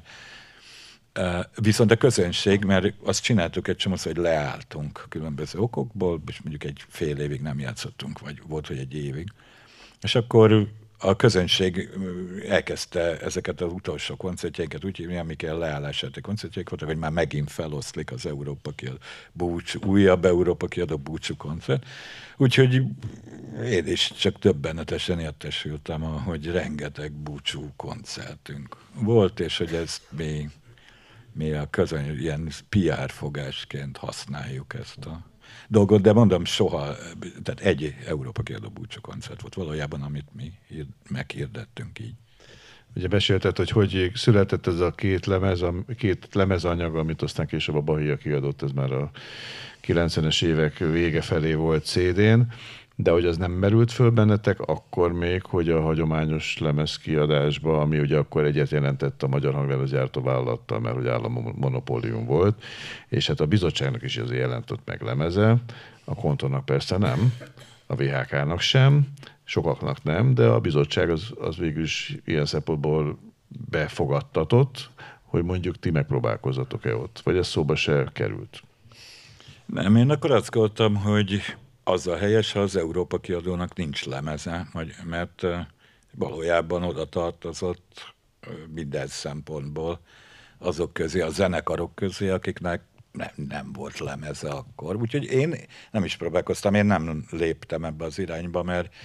Speaker 3: Viszont a közönség, mert azt csináltuk egy csomószor, hogy leálltunk különböző okokból, és mondjuk egy fél évig nem játszottunk, vagy volt, hogy egy évig. És akkor a közönség elkezdte ezeket az utolsó koncertjeinket, úgy hívni, amik ilyen leállását koncertjeik voltak, hogy már megint feloszlik az Európa Kiadó búcsú, újabb Európa Kiadó búcsú koncert. Úgyhogy én is csak döbbenetesen értesültem, hogy rengeteg búcsú koncertünk volt, és hogy ezt mi, mi a közönség ilyen pé er fogásként használjuk ezt a dolgot, de mondom, soha, tehát egy Európa Kiadó búcsú koncert volt valójában, amit mi meghirdettünk így.
Speaker 2: Ugye mesélted, hogy hogy született ez a két lemez, a két lemezanyag, amit aztán később a Bahia kiadott, ez már a kilencvenes évek vége felé volt cé dén, de hogy az nem merült föl bennetek akkor még, hogy a hagyományos lemez kiadásba, ami ugye akkor egyet jelentett a Magyar Hanglemezgyártó vállalattal, mert hogy állami monopólium volt, és hát a bizottságnak is azért jelentett meg lemeze, a Kontornak persze nem, a vé há ká-nak sem, sokaknak nem, de a bizottság az, az végül is ilyen szempontból befogadtatott, hogy mondjuk ti megpróbálkozzatok-e ott, vagy ez szóba se került?
Speaker 3: Nem, én akkor azt gondoltam, hogy az a helyes, ha az Európa Kiadónak nincs lemeze, mert valójában oda tartozott minden szempontból azok közé, a zenekarok közé, akiknek nem, nem volt lemeze akkor. Úgyhogy én nem is próbálkoztam, én nem léptem ebbe az irányba, mert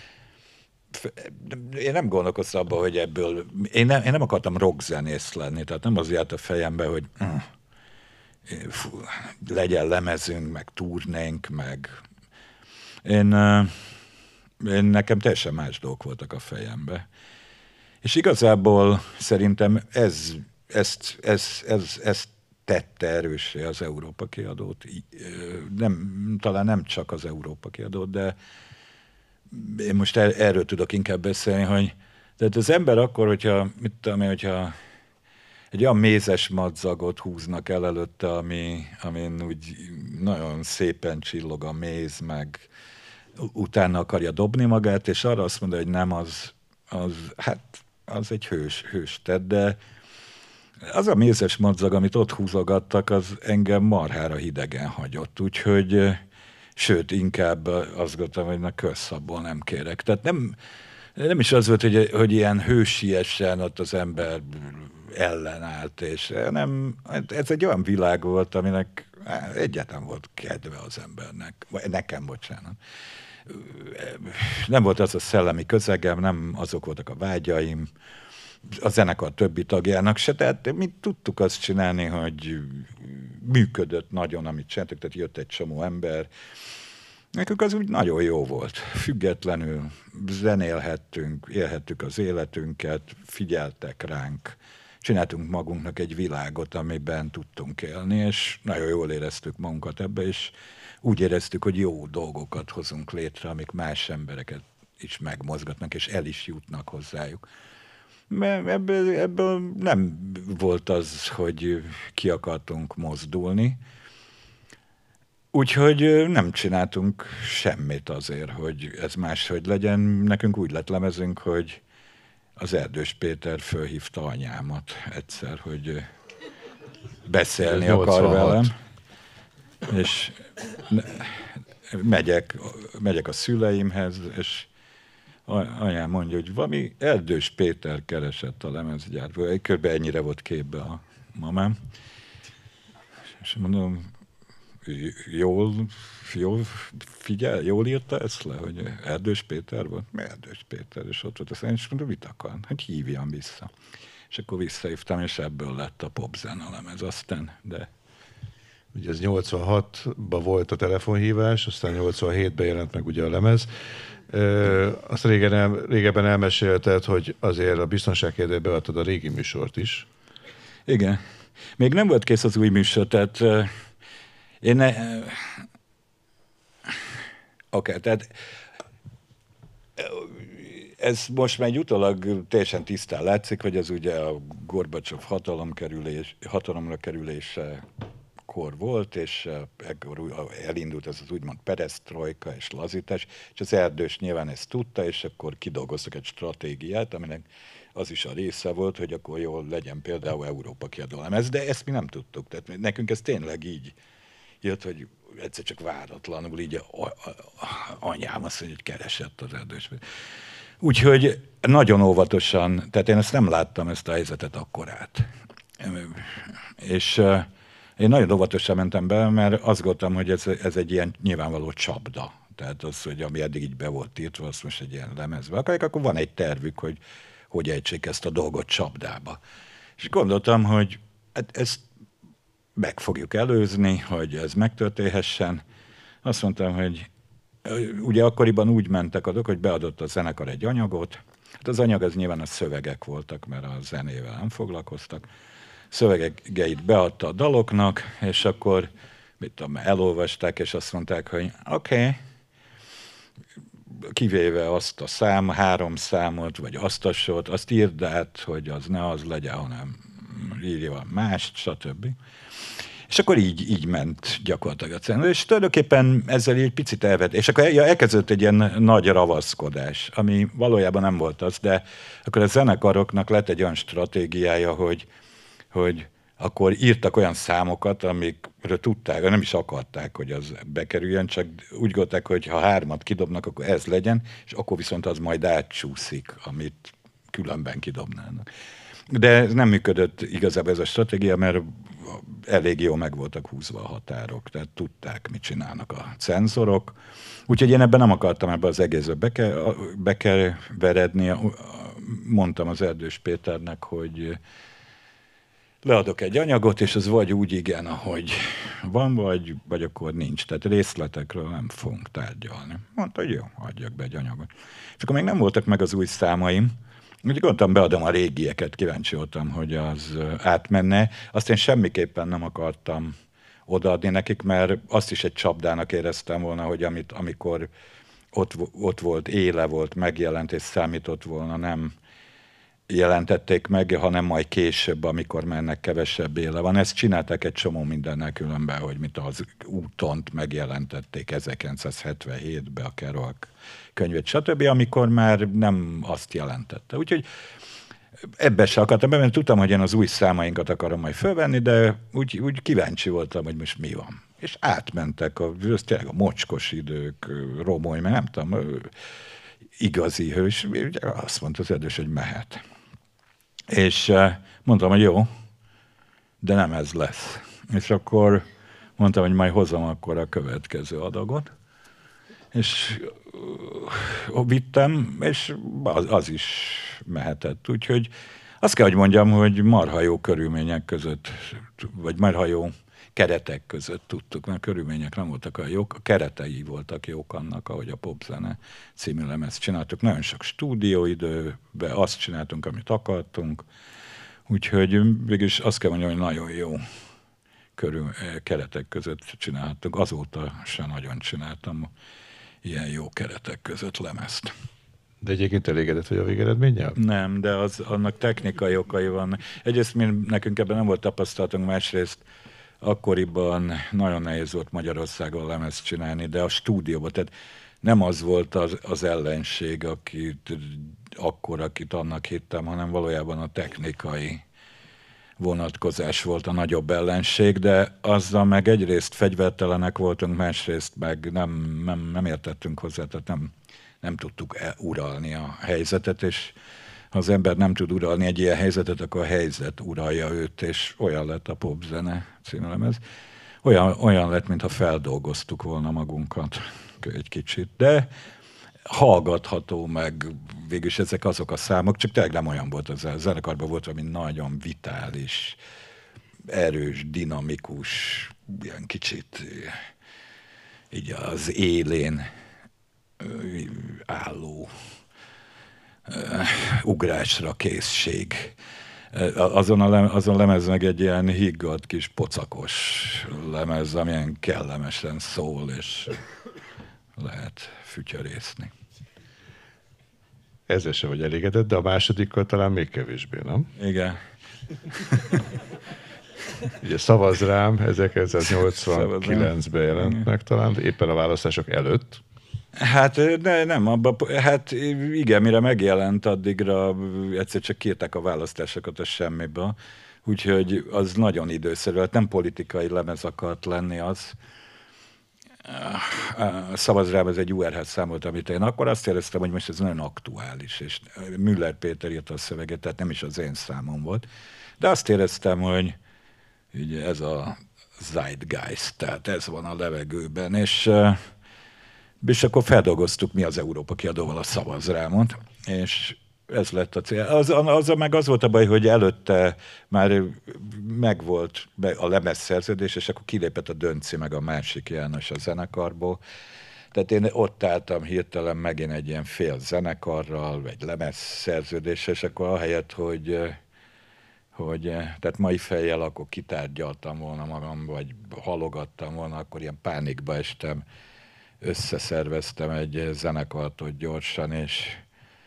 Speaker 3: én nem gondolkoztam abba, hogy ebből... Én nem, én nem akartam rockzenész lenni, tehát nem az járt a fejembe, hogy fú, legyen lemezünk, meg turnénk, meg... Én, én nekem teljesen más dolgok voltak a fejembe. És igazából szerintem ez, ezt, ez, ez, ez tette erőssé az Európa Kiadót. Nem, talán nem csak az Európa Kiadót, de én most er, erről tudok inkább beszélni, hogy tehát az ember akkor, hogyha, mit tudom én, hogyha egy olyan mézes madzagot húznak el előtte, ami, amin úgy nagyon szépen csillog a méz, meg utána akarja dobni magát, és arra azt mondja, hogy nem, az, az hát az egy hős, hős tett, de az a mézes madzag, amit ott húzogattak, az engem marhára hidegen hagyott, úgyhogy sőt, inkább azt gondoltam, hogy na kösz, abból nem kérek. Tehát nem, nem is az volt, hogy, hogy ilyen hősiesen ott az ember ellenállt, és nem, ez egy olyan világ volt, aminek egyáltalán volt kedve az embernek, vagy nekem, bocsánat. Nem volt az a szellemi közegem, nem azok voltak a vágyaim, a zenekar többi tagjának se, tehát mi tudtuk azt csinálni, hogy működött nagyon, amit csináltuk, tehát jött egy csomó ember. Nekünk az úgy nagyon jó volt. Függetlenül zenélhettünk, élhettük az életünket, figyeltek ránk, csináltunk magunknak egy világot, amiben tudtunk élni, és nagyon jól éreztük magunkat ebbe, és úgy éreztük, hogy jó dolgokat hozunk létre, amik más embereket is megmozgatnak, és el is jutnak hozzájuk. Mert ebből, ebből nem volt az, hogy ki akartunk mozdulni. Úgyhogy nem csináltunk semmit azért, hogy ez máshogy legyen. Nekünk úgy lett lemezünk, hogy az Erdős Péter fölhívta anyámat egyszer, hogy beszélni akar velem. És megyek, megyek a szüleimhez, és anyám mondja, hogy valami Erdős Péter keresett a lemezgyárból. Kb. Ennyire volt képbe a mamám. És mondom, jól, jól figyel, jól írta ezt le, hogy Erdős Péter volt? Erdős Péter, és ott volt. Aztán is mondom, mit akar? Hát hívjam vissza. És akkor visszahívtam, és ebből lett a popzene lemez aztán, de...
Speaker 2: Ugye ez nyolcvanhatban volt a telefonhívás, aztán nyolcvanhétben jelent meg ugye a lemez. Ö, azt régen el, régebben elmesélted, hogy azért a biztonság kedvéért beadtad a régi műsort is.
Speaker 3: Igen. Még nem volt kész az új műsor, tehát uh, én ne... Uh, Oké, okay, tehát ez most már egy utólag teljesen tisztán látszik, hogy ez ugye a Gorbacsov hatalom kerülés, hatalomra kerülése kor volt, és ekkor elindult ez az úgymond peresztrojka és lazítás, és az Erdős nyilván ezt tudta, és akkor kidolgoztak egy stratégiát, aminek az is a része volt, hogy akkor jól legyen például Európa Kiadó lemez, de ezt mi nem tudtuk. Tehát nekünk ez tényleg így jött, hogy egyszer csak váratlanul így a, a, a, anyám azt mondja, hogy keresett az Erdős. Úgyhogy nagyon óvatosan, tehát én ezt nem láttam, ezt a helyzetet akkorát. És én nagyon óvatosan mentem be, mert azt gondoltam, hogy ez, ez egy ilyen nyilvánvaló csapda. Tehát az, hogy ami eddig így be volt írtva, azt most egy ilyen lemezbe akarják, akkor van egy tervük, hogy hogy ejtsék ezt a dolgot csapdába. És gondoltam, hogy hát ezt meg fogjuk előzni, hogy ez megtörténhessen. Azt mondtam, hogy ugye akkoriban úgy mentek a dolgok, hogy beadott a zenekar egy anyagot. Hát az anyag az nyilván a szövegek voltak, mert a zenével nem foglalkoztak. Szövegeit beadta a daloknak, és akkor mit tudom, elolvasták, és azt mondták, hogy oké, okay, kivéve azt a szám, három számot, vagy azt a sort, azt írd át, hogy az ne az legyen, hanem írja mást, stb. És akkor így, így ment gyakorlatilag a cena. És tulajdonképpen ezzel egy picit elvett. És akkor elkezdődött egy ilyen nagy ravaszkodás, ami valójában nem volt az, de akkor a zenekaroknak lett egy olyan stratégiája, hogy, hogy akkor írtak olyan számokat, amikről tudták, nem is akarták, hogy az bekerüljön, csak úgy gondolták, hogy ha hármat kidobnak, akkor ez legyen, és akkor viszont az majd átcsúszik, amit különben kidobnának. De ez nem működött igazából ez a stratégia, mert elég jól meg voltak húzva a határok, tehát tudták, mit csinálnak a cenzorok. Úgyhogy én ebben nem akartam ebbe az egészbe beke, bekeveredni. Mondtam az Erdős Péternek, hogy leadok egy anyagot, és az vagy úgy igen, ahogy van, vagy, vagy akkor nincs. Tehát részletekről nem fogunk tárgyalni. Mondta, hogy jó, adjak be egy anyagot. És akkor még nem voltak meg az új számaim, úgyhogy gondoltam, beadom a régieket, kíváncsi voltam, hogy az átmenne. Azt én semmiképpen nem akartam odaadni nekik, mert azt is egy csapdának éreztem volna, hogy amit, amikor ott, ott volt, éle volt, megjelent és számított volna, nem jelentették meg, hanem majd később, amikor már ennek kevesebb éle van. Ezt csinálták egy csomó mindennel különben, hogy mint az útont megjelentették ezerkilencszázhetvenhétben a Kerouac könyvet, stb., amikor már nem azt jelentette. Úgyhogy ebbe se akartam bevenni, tudtam, hogy én az új számainkat akarom majd fölvenni, de úgy, úgy kíváncsi voltam, hogy most mi van. És átmentek a, tényleg a mocskos idők, Romoly, mert nem tudom, igazi hős, azt mondta az Erdős, hogy mehet. És mondtam, hogy jó, de nem ez lesz. És akkor mondtam, hogy majd hozom akkor a következő adagot. És uh, vittem, és az, az is mehetett. Úgyhogy azt kell, hogy mondjam, hogy marha jó körülmények között, vagy marha jó keretek között tudtuk, mert körülmények nem voltak olyan jók, a keretei voltak jók annak, ahogy a Popzene című lemezt csináltuk. Nagyon sok stúdióidőben azt csináltunk, amit akartunk, úgyhogy végülis azt kell mondjam, hogy nagyon jó körül, keretek között csináltuk. Azóta sem nagyon csináltam ilyen jó keretek között lemezt.
Speaker 2: De egyébként elégedett vagy a végeredménnyel?
Speaker 3: Nem, de az, annak technikai okai vannak. Egyrészt mi, nekünk ebben nem volt tapasztalatunk, másrészt akkoriban nagyon nehéz volt Magyarországon lemezt csinálni, de a stúdióban, tehát nem az volt az, az ellenség, akit akkor, akit annak hittem, hanem valójában a technikai vonatkozás volt a nagyobb ellenség, de azzal meg egyrészt fegyvertelenek voltunk, másrészt meg nem, nem, nem értettünk hozzá, tehát nem, nem tudtuk uralni a helyzetet, és ha az ember nem tud uralni egy ilyen helyzetet, akkor a helyzet uralja őt, és olyan lett a Popzene című lemez. Olyan, olyan lett, mintha feldolgoztuk volna magunkat egy kicsit, de hallgatható, meg végülis ezek azok a számok, csak tényleg nem olyan volt az a zenekarban, volt valami nagyon vitális, erős, dinamikus, ilyen kicsit így az élén álló Uh, ugrásra készség. Uh, azon, a lemez, azon a lemez meg egy ilyen higgadt kis pocakos lemez, amilyen kellemesen szól, és lehet fütyörészni.
Speaker 2: Ezzel se vagy elégedett, de a másodikkal talán még kevésbé, nem?
Speaker 3: Igen.
Speaker 2: Ugye Szavazz rám ezerkilencszáznyolcvankilencben jelent meg talán, éppen a választások előtt.
Speaker 3: Hát de nem, abba, hát igen, mire megjelent, addigra egyszer csak kiírták a választásokat a semmiből, úgyhogy az nagyon időszerű, nem politikai lemez akart lenni az. Szavazz rám, ez egy u er há szám volt, amit én akkor azt éreztem, hogy most ez nagyon aktuális, és Müller Péter írta a szöveget, tehát nem is az én számom volt, de azt éreztem, hogy ugye ez a zeitgeist, tehát ez van a levegőben, és És akkor feldolgoztuk mi az Európa Kiadóval a Szavazz rámot, és ez lett a cél. Az, az, meg az volt a baj, hogy előtte már megvolt a lemezszerződés, és akkor kilépett a Dönci meg a másik János a zenekarból. Tehát én ott álltam hirtelen megint egy ilyen fél zenekarral, vagy lemezszerződéssel, és akkor ahelyett, hogy, hogy tehát mai fejjel akkor kitárgyaltam volna magam, vagy halogattam volna, akkor ilyen pánikba estem, összeszerveztem egy zenekart ott gyorsan, és,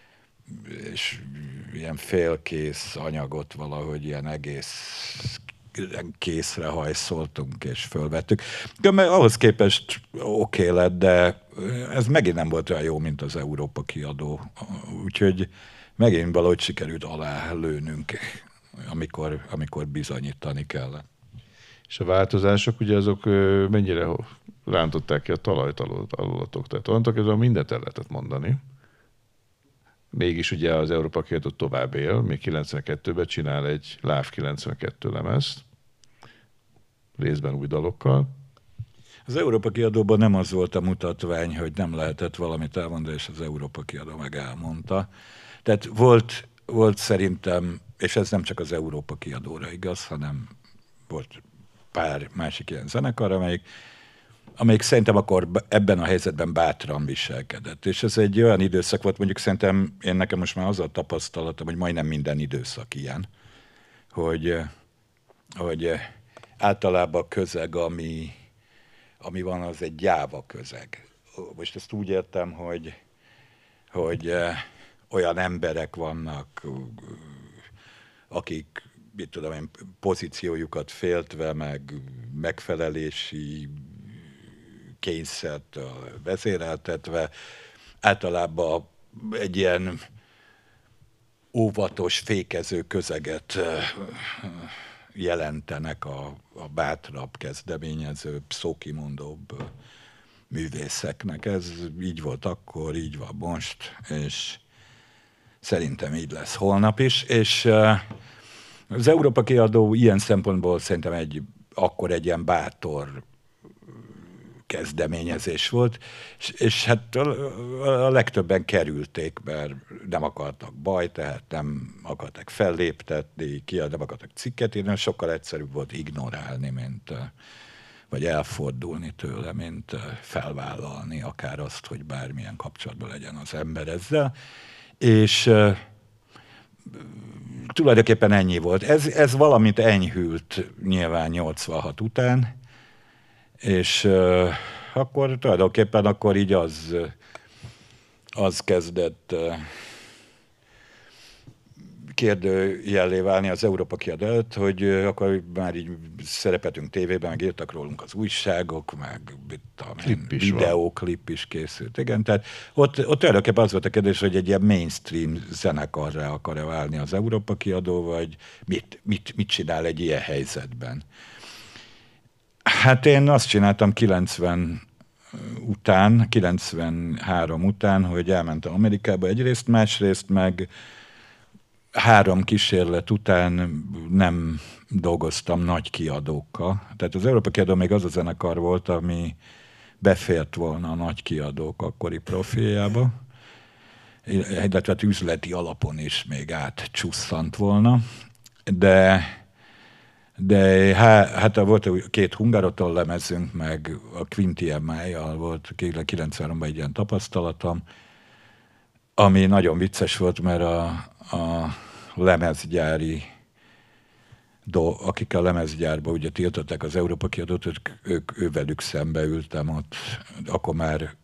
Speaker 3: és ilyen félkész anyagot valahogy ilyen egész készre hajszoltunk és fölvettük. De mert ahhoz képest oké okay lett, de ez megint nem volt olyan jó, mint az Európa kiadó. Úgyhogy megint valahogy sikerült alá lőnünk, amikor, amikor bizonyítani kellett.
Speaker 2: És a változások, ugye azok mennyire rántották ki a talajt alulatok? Tehát onnantól kezdve mindent el lehetett mondani. Mégis ugye az Európa kiadó tovább él, még kilencvenkettőben csinál egy Láv kilencvenkettő lemezt, részben új dalokkal.
Speaker 3: Az Európa kiadóban nem az volt a mutatvány, hogy nem lehetett valamit elmondani, és az Európa kiadó meg elmondta. Tehát volt, volt szerintem, és ez nem csak az Európa kiadóra igaz, hanem volt pár másik ilyen zenekar, amelyik, amelyik szerintem akkor ebben a helyzetben bátran viselkedett. És ez egy olyan időszak volt, mondjuk szerintem én nekem most már az a tapasztalatom, hogy majdnem minden időszak ilyen, hogy, hogy általában a közeg, ami, ami van, az egy gyáva közeg. Most ezt úgy értem, hogy, hogy olyan emberek vannak, akik, mit tudom én, pozíciójukat féltve, meg megfelelési kényszert vezéreltetve, általában egy ilyen óvatos, fékező közeget jelentenek a, a bátrabb, kezdeményezőbb, szókimondóbb művészeknek. Ez így volt akkor, így van most, és szerintem így lesz holnap is, és az Európa kiadó ilyen szempontból szerintem egy, akkor egy ilyen bátor kezdeményezés volt, és, és hát a, a legtöbben kerülték, mert nem akartak baj, tehát nem akartak felléptetni, ki, nem akartak cikket írni, sokkal egyszerűbb volt ignorálni, mint, vagy elfordulni tőle, mint felvállalni akár azt, hogy bármilyen kapcsolatban legyen az ember ezzel. És uh, tulajdonképpen ennyi volt. Ez, ez valamit enyhült nyilván nyolcvanhat után, és uh, akkor tulajdonképpen akkor így az, az kezdett uh, kérdőjellé válni az Európa kiadó előtt, hogy uh, akkor már így szerepeltünk tévében, meg írtak rólunk az újságok, meg
Speaker 2: klip is
Speaker 3: videóklip is készült. Igen, tehát ott, ott tulajdonképpen az volt a kérdés, hogy egy ilyen mainstream zenekarra akar-e válni az Európa kiadó, vagy mit, mit, mit csinál egy ilyen helyzetben. Hát én azt csináltam kilencven után, kilencvenhárom után, hogy elmentem Amerikába egyrészt, másrészt meg három kísérlet után nem dolgoztam nagy kiadókkal. Tehát az Európa kiadó még az a zenekar volt, ami befért volna a nagy kiadók akkori profiljába, illetve üzleti alapon is még átcsusszant volna, de De hát volt két Hungaroton lemezünk, meg a Quinty em i-jal volt kilencvenháromban egy ilyen tapasztalatom, ami nagyon vicces volt, mert a, a lemezgyári, do, akik a lemezgyárba ugye tiltották az Európa kiadót, ők, ővelük szembe ültem ott, akkor már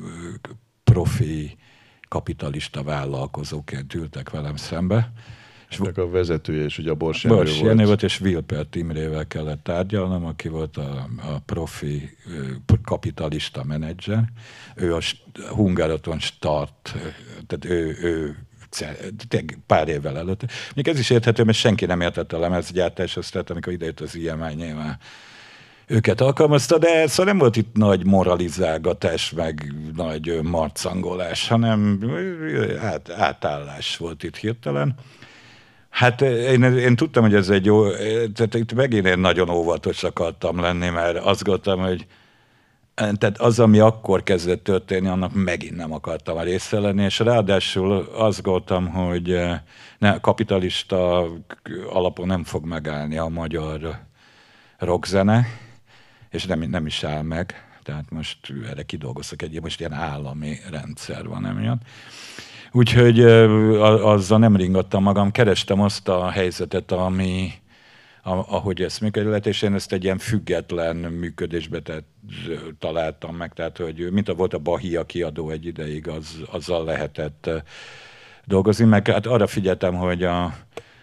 Speaker 3: profi kapitalista vállalkozóként ültek velem szembe.
Speaker 2: És a vezetője is ugye a Bors Jenő
Speaker 3: Bors Jenő volt, és Wilpert Imrével kellett tárgyalnom, aki volt a, a profi kapitalista menedzser. Ő a Hungaroton start, tehát ő, ő pár évvel előtt. Még ez is érthető, mert senki nem értette a lemezgyártáshoz, tehát amikor idejött az i em i nyilván őket alkalmazta, de szóval nem volt itt nagy moralizálgatás, meg nagy marcangolás, hanem át, átállás volt itt hirtelen. Hát én, én tudtam, hogy ez egy jó, tehát itt megint én nagyon óvatos akartam lenni, mert azt gondoltam, hogy tehát az, ami akkor kezdett történni, annak megint nem akartam a része lenni, és ráadásul azt gondoltam, hogy ne, kapitalista alapon nem fog megállni a magyar rockzene, és nem, nem is áll meg, tehát most erre kidolgoztak egy, most ilyen állami rendszer van emiatt. Úgyhogy azzal nem ringattam magam, kerestem azt a helyzetet, ami, ahogy ezt működött, és én ezt egy ilyen független működésbe tehát, találtam meg, tehát hogy mint a volt a Bahia kiadó egy ideig, az, azzal lehetett dolgozni, meg hát arra figyeltem, hogy a,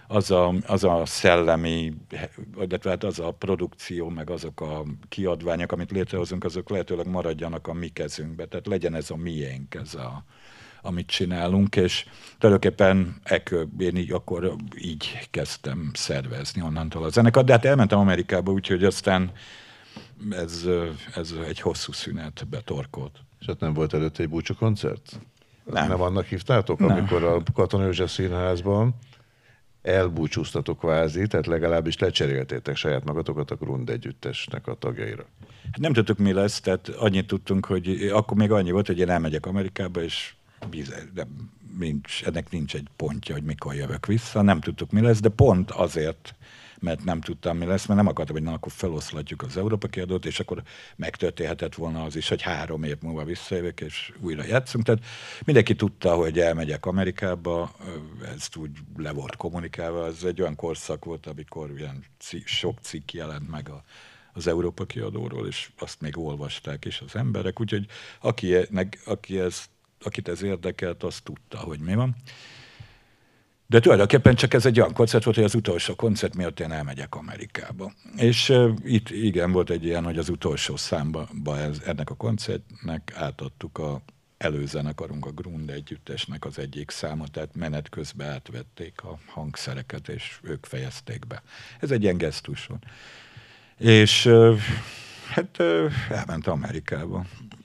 Speaker 3: az a, az a szellemi, tehát az a produkció, meg azok a kiadványok, amit létrehozunk, azok lehetőleg maradjanak a mi kezünkbe. Tehát legyen ez a miénk, ez a, amit csinálunk, és tulajdonképpen ekkor, én így, akkor így kezdtem szervezni onnantól a zenekart. De hát elmentem Amerikába, úgyhogy aztán ez, ez egy hosszú szünet betorkolt.
Speaker 2: És ott nem volt előtte egy búcsúkoncert?
Speaker 3: Nem.
Speaker 2: Nem annak hívtátok, nem. Amikor a Katona József Színházban elbúcsúztatok kvázi, tehát legalábbis lecseréltétek saját magatokat a Grund együttesnek a tagjaira.
Speaker 3: Hát nem tudtuk, mi lesz, tehát annyit tudtunk, hogy akkor még annyi volt, hogy én elmegyek Amerikába, és nem, nincs, ennek nincs egy pontja, hogy mikor jövök vissza, nem tudtuk, mi lesz, de pont azért, mert nem tudtam, mi lesz, mert nem akartam, hogy na, akkor feloszlatjuk az Európa Kiadót, és akkor megtörténhetett volna az is, hogy három év múlva visszajövök, és újra játszunk. Tehát mindenki tudta, hogy elmegyek Amerikába, ezt úgy le volt kommunikálva, ez egy olyan korszak volt, amikor ilyen sok cikk jelent meg a, az Európa Kiadóról, és azt még olvasták is az emberek, úgyhogy aki, aki ez, akit ez érdekelt, az tudta, hogy mi van. De tulajdonképpen csak ez egy olyan koncert volt, hogy az utolsó koncert miatt én elmegyek Amerikába. És uh, itt igen, volt egy ilyen, hogy az utolsó számba ez, ennek a koncertnek átadtuk a előzenekarunk, a Grund együttesnek az egyik számot, tehát menet közben átvették a hangszereket, és ők fejezték be. Ez egy ilyen gesztus volt. És uh, hát uh, elment Amerikába.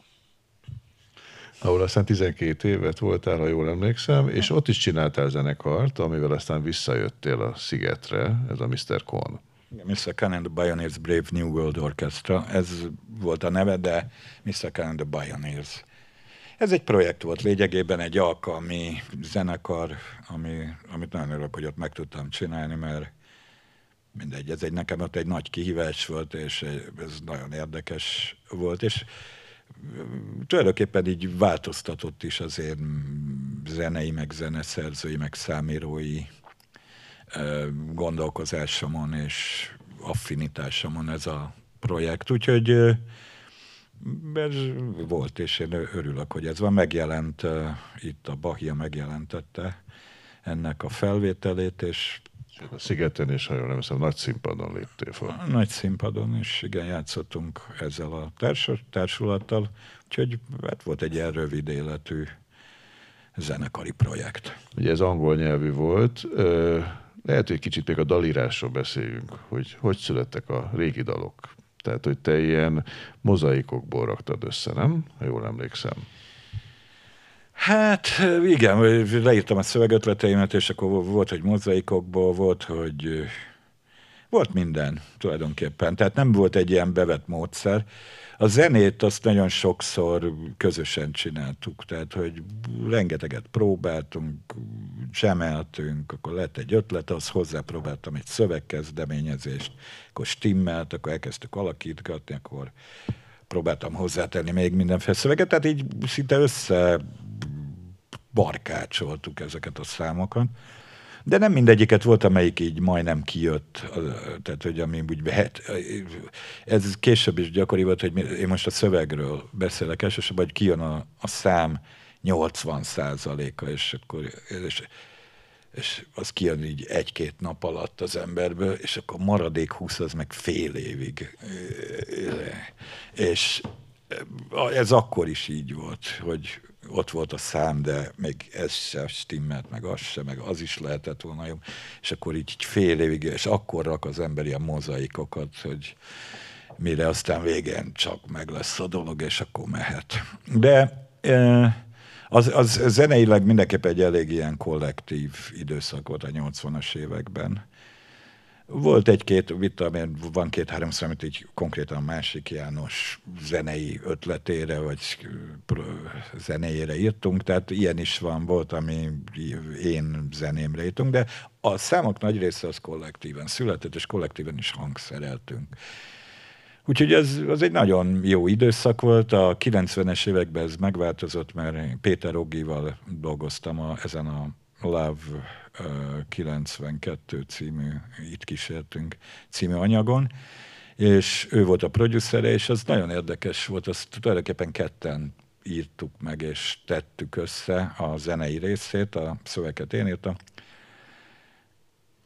Speaker 2: Ahol aztán tizenkét évet voltál, ha jól emlékszem, és ott is csináltál zenekart, amivel aztán visszajöttél a Szigetre, ez a miszter Cohn.
Speaker 3: miszter Cohn and the Bioneers Brave New World Orchestra, ez volt a neve, de miszter Cohn and the Bioneers. Ez egy projekt volt, lényegében egy alkalmi zenekar, ami, amit nagyon örülök, hogy ott meg tudtam csinálni, mert mindegy, ez egy, nekem ott egy nagy kihívás volt, és ez nagyon érdekes volt, és tulajdonképpen így változtatott is az én zenei, meg zeneszerzői, meg számírói gondolkozásomon és affinitásomon ez a projekt. Úgyhogy ez volt, és én örülök, hogy ez van. Megjelent, itt a Bahia megjelentette ennek a felvételét, és
Speaker 2: a Szigeten is, ha jól nem hiszem, nagy színpadon léptél fel.
Speaker 3: Nagy színpadon is, igen, játszottunk ezzel a társ- társulattal, úgyhogy hát volt egy ilyen rövid életű zenekari projekt.
Speaker 2: Ugye ez angol nyelvű volt, lehet, hogy kicsit még a dalírásról beszéljünk, hogy hogy születtek a régi dalok. Tehát, hogy te ilyen mozaikokból raktad össze, nem? Ha jól emlékszem.
Speaker 3: Hát igen, leírtam a szövegötleteimet, és akkor volt, hogy mozaikokból, volt, hogy volt minden tulajdonképpen. Tehát nem volt egy ilyen bevett módszer. A zenét azt nagyon sokszor közösen csináltuk, tehát hogy rengeteget próbáltunk, csemeltünk, akkor lett egy ötlet, az hozzápróbáltam egy szövegkezdeményezést, akkor stimmelt, akkor elkezdtük alakítgatni, akkor próbáltam hozzátenni még mindenféle szöveget, tehát így szinte össze barkácsoltuk ezeket a számokat. De nem mindegyiket volt, amelyik így majdnem kijött, tehát hogy ami úgy behet. Ez később is gyakori volt, hogy én most a szövegről beszélek elsősorban, hogy kijön a, a szám nyolcvan százaléka, és akkor és, és az kijön így egy-két nap alatt az emberből, és akkor maradék húsz az meg fél évig. És ez akkor is így volt, hogy ott volt a szám, de még ez sem stimmelt, meg az sem, meg az is lehetett volna jobb. És akkor így fél évig, és akkor rak az ember ilyen mozaikokat, hogy mire aztán végén csak meg lesz a dolog, és akkor mehet. De az, az zeneileg mindenképpen egy elég ilyen kollektív időszak volt a nyolcvanas években. Volt egy-két vita, van két-három szám, amit így konkrétan a Másik János zenei ötletére, vagy zenéjére írtunk, tehát ilyen is van, volt, ami én zenémre írtunk, de a számok nagy része az kollektíven született, és kollektíven is hangszereltünk. Úgyhogy ez az egy nagyon jó időszak volt, a kilencvenes években ez megváltozott, mert Péter Ogival dolgoztam a, ezen a Love kilencvenkettő című, itt kísértünk című anyagon, és ő volt a producere, és az nagyon érdekes volt, azt tulajdonképpen ketten írtuk meg, és tettük össze a zenei részét, a szöveget én írtam,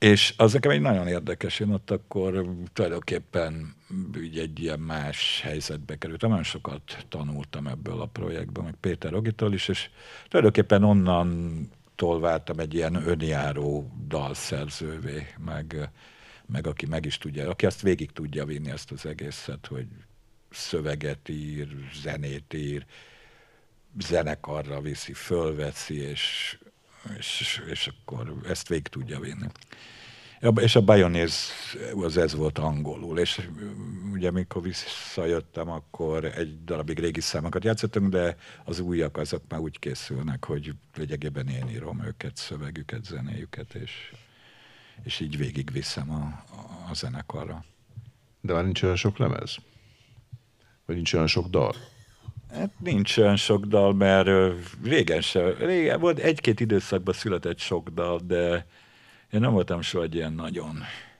Speaker 3: És az nekem egy nagyon érdekes, én ott akkor tulajdonképpen így egy ilyen más helyzetbe kerültem. Nagyon sokat tanultam ebből a projektből, meg Péter Ogitól is, és tulajdonképpen onnantól váltam egy ilyen önjáró dalszerzővé, meg, meg aki meg is tudja, aki azt végig tudja vinni ezt az egészet, hogy szöveget ír, zenét ír, zenekarra viszi, fölveszi, és, és, és akkor ezt végig tudja vinni. És a Bioneers az ez volt angolul, és ugye mikor visszajöttem, akkor egy darabig régi számokat játszottunk, de az újak azok már úgy készülnek, hogy lényegében én írom őket, szövegüket, zenéjüket, és, és így végigviszem a, a zenekarra.
Speaker 2: De már nincs olyan sok lemez? Vagy nincs olyan sok dal?
Speaker 3: Hát nincs olyan sok dal, mert régen sem. Régen volt, egy-két időszakban született sok dal, de én nem voltam soha egy ilyen nagyon...